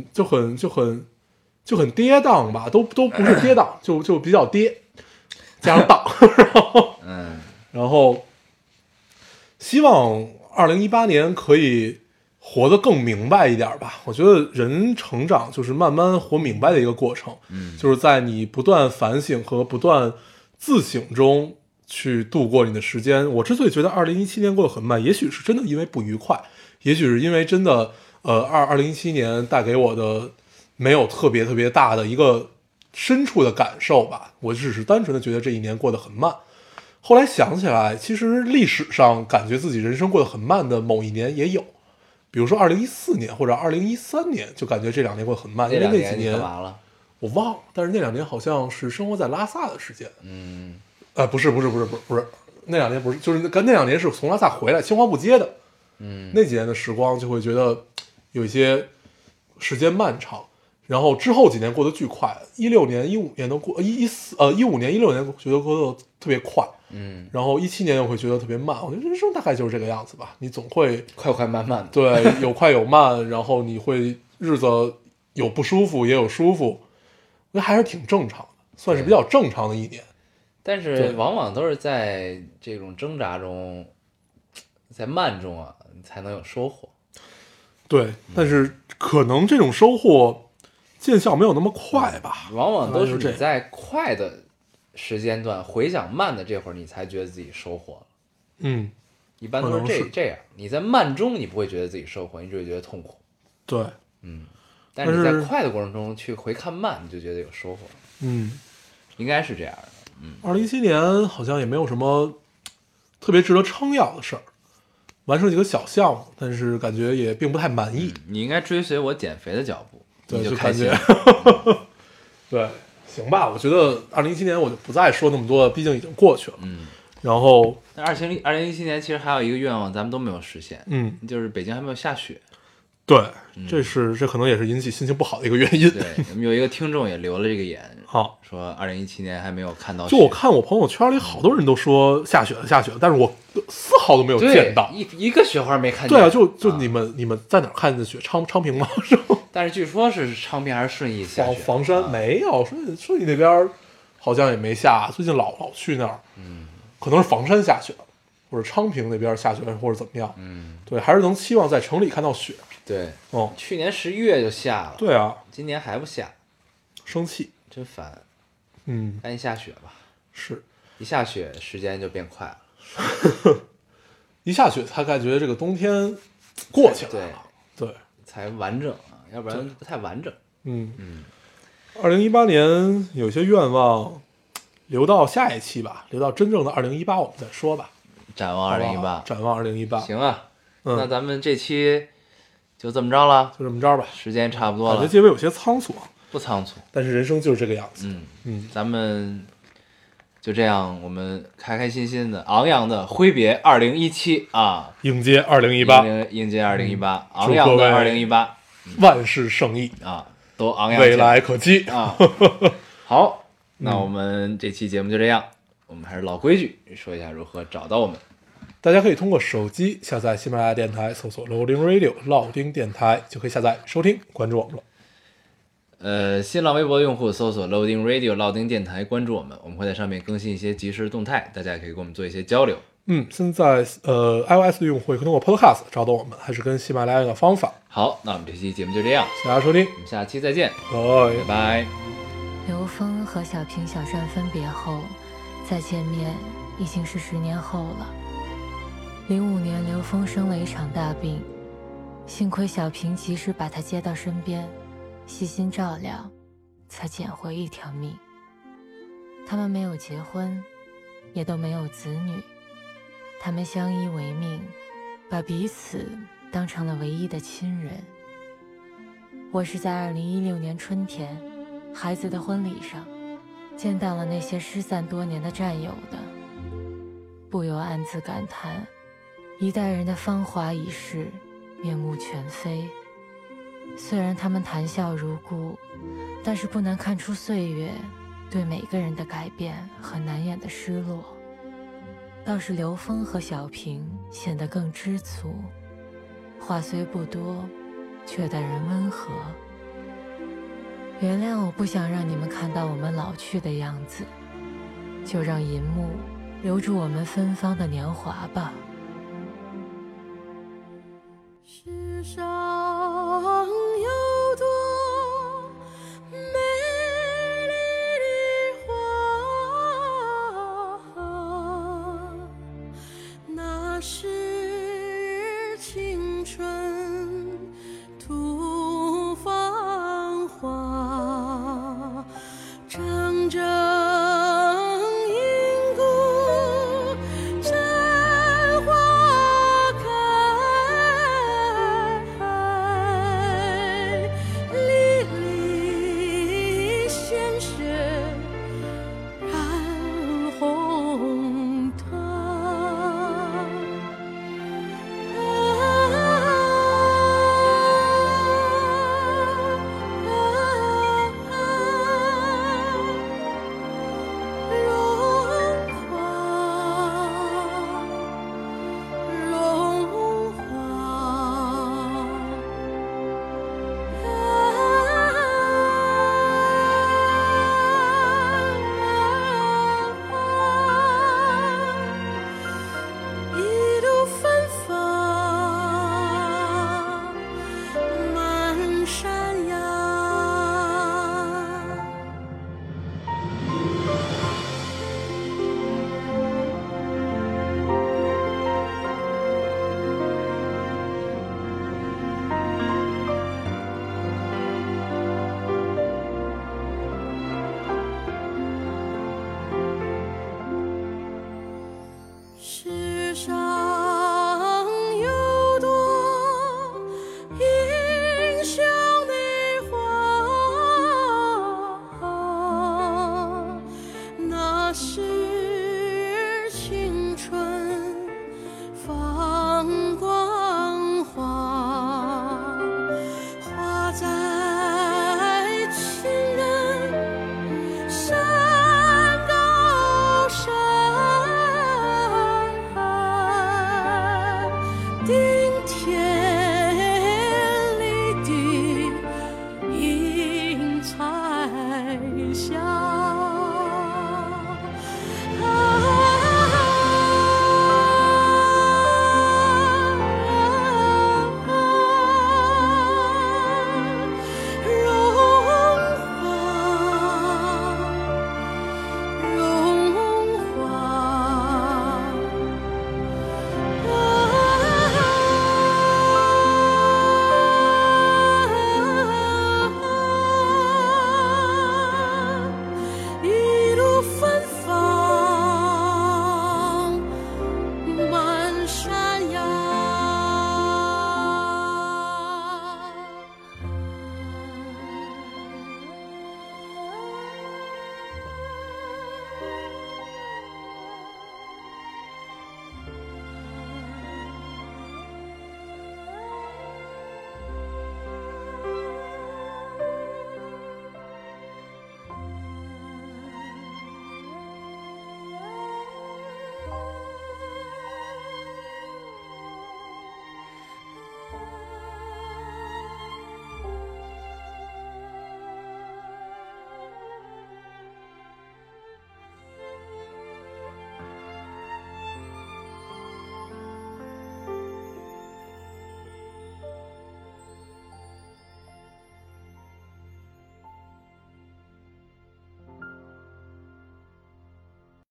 很跌宕吧，都不是跌宕，就比较跌，加上荡，然后希望2018年可以活得更明白一点吧。我觉得人成长就是慢慢活明白的一个过程，就是在你不断反省和不断自省中去度过你的时间。我之所以觉得2017年过得很慢，也许是真的因为不愉快，也许是因为真的2017年带给我的没有特别特别大的一个深处的感受吧，我只是单纯的觉得这一年过得很慢。后来想起来，其实历史上感觉自己人生过得很慢的某一年也有，比如说2014年或者2013年，就感觉这2年过得很慢，因为那几年我忘了，但是那2年好像是生活在拉萨的时间。不是，那2年不是，就是那2年是从拉萨回来，青黄不接的。 那几年的时光就会觉得有一些时间漫长，然后之后几年过得巨快，16年、15年都过，15年、16年觉得过得特别快，然后17年又会觉得特别慢。我觉得人生大概就是这个样子吧，你总会快快慢慢的， 对，有快有慢，然后你会日子有不舒服也有舒服，我觉得还是挺正常的，算是比较正常的一年。 但是往往都是在这种挣扎中，在慢中啊，你才能有收获。 对，但是可能这种收获见效没有那么快吧， 往往都是你在快的时间段回想慢的这会儿，你才觉得自己收获了。一般都是这样。你在慢中，你不会觉得自己收获，你只会觉得痛苦。 对， 但是你在快的过程中去回看慢，你就觉得有收获。应该是这样的。 2017年好像也没有什么特别值得称耀的事儿，完成几个小项目，但是感觉也并不太满意。 你应该追随我减肥的脚步， 对， 就开心。 对，行吧，我觉得2017年我就不再说那么多了，毕竟已经过去了。然后， 但2017年其实还有一个愿望，咱们都没有实现，就是北京还没有下雪。 对，这可能也是引起心情不好的一个原因。 对，我们有一个听众也留了这个言， 好， 说2017年还没有看到雪。 就我看我朋友圈里好多人都说下雪了，但是我丝毫都没有见到， 一个雪花没看见。 对啊，就你们在哪儿看见的雪？昌平吗？是吗？ 但是据说是昌平还是顺义下雪。 房山没有，顺义那边好像也没下，最近老去那儿，可能是房山下雪了，或者昌平那边下雪，或者怎么样，对，还是能期望在城里看到雪。 对，去年11月就下了， 对啊， 今年还不下， 生气， 真烦。赶紧下雪吧。 是， 一下雪时间就变快了， 一下雪才感觉这个冬天过去了，对， 才完整啊，要不然不太完整。 2018年有些愿望留到下一期吧，留到真正的2018我们再说吧。 展望2018， 展望2018。 行啊，那咱们这期就这么着了， 就这么着吧， 时间差不多了。 感觉结尾有些仓促， 不仓促， 但是人生就是这个样子。 咱们就这样，我们开开心心的、昂扬的挥别2017啊， 迎接2018， 迎接2018，昂扬的2018， 万事胜意啊，都昂扬， 未来可期啊。好，那我们这期节目就这样，我们还是老规矩，说一下如何找到我们。 大家可以通过手机下载喜马拉雅电台，搜索 Loading Radio 老丁电台，就可以下载收听，关注我们了。新浪微博的用户搜索 Loading Radio 老丁电台，关注我们，我们会在上面更新一些即时动态，大家也可以跟我们做一些交流。 现在iOS 的用户也可以通过 Podcast 找到我们，还是跟喜马拉雅的方法。 好，那我们这期节目就这样， 谢谢大家收听， 我们下期再见， 拜拜。 刘峰和小平、小善分别后，再见面已经是10年后了。05年，刘峰生了一场大病，幸亏小平及时把他接到身边，细心照料，才捡回一条命。他们没有结婚，也都没有子女，他们相依为命，把彼此当成了唯一的亲人。我是在2016年春天，孩子的婚礼上，见到了那些失散多年的战友的，不由暗自感叹，一代人的芳华已逝，面目全非。虽然他们谈笑如故，但是不难看出岁月对每个人的改变和难掩的失落。倒是刘峰和小平显得更知足，话虽不多，却待人温和。原谅我不想让你们看到我们老去的样子，就让银幕留住我们芬芳的年华吧。 世上有多美丽的花，那是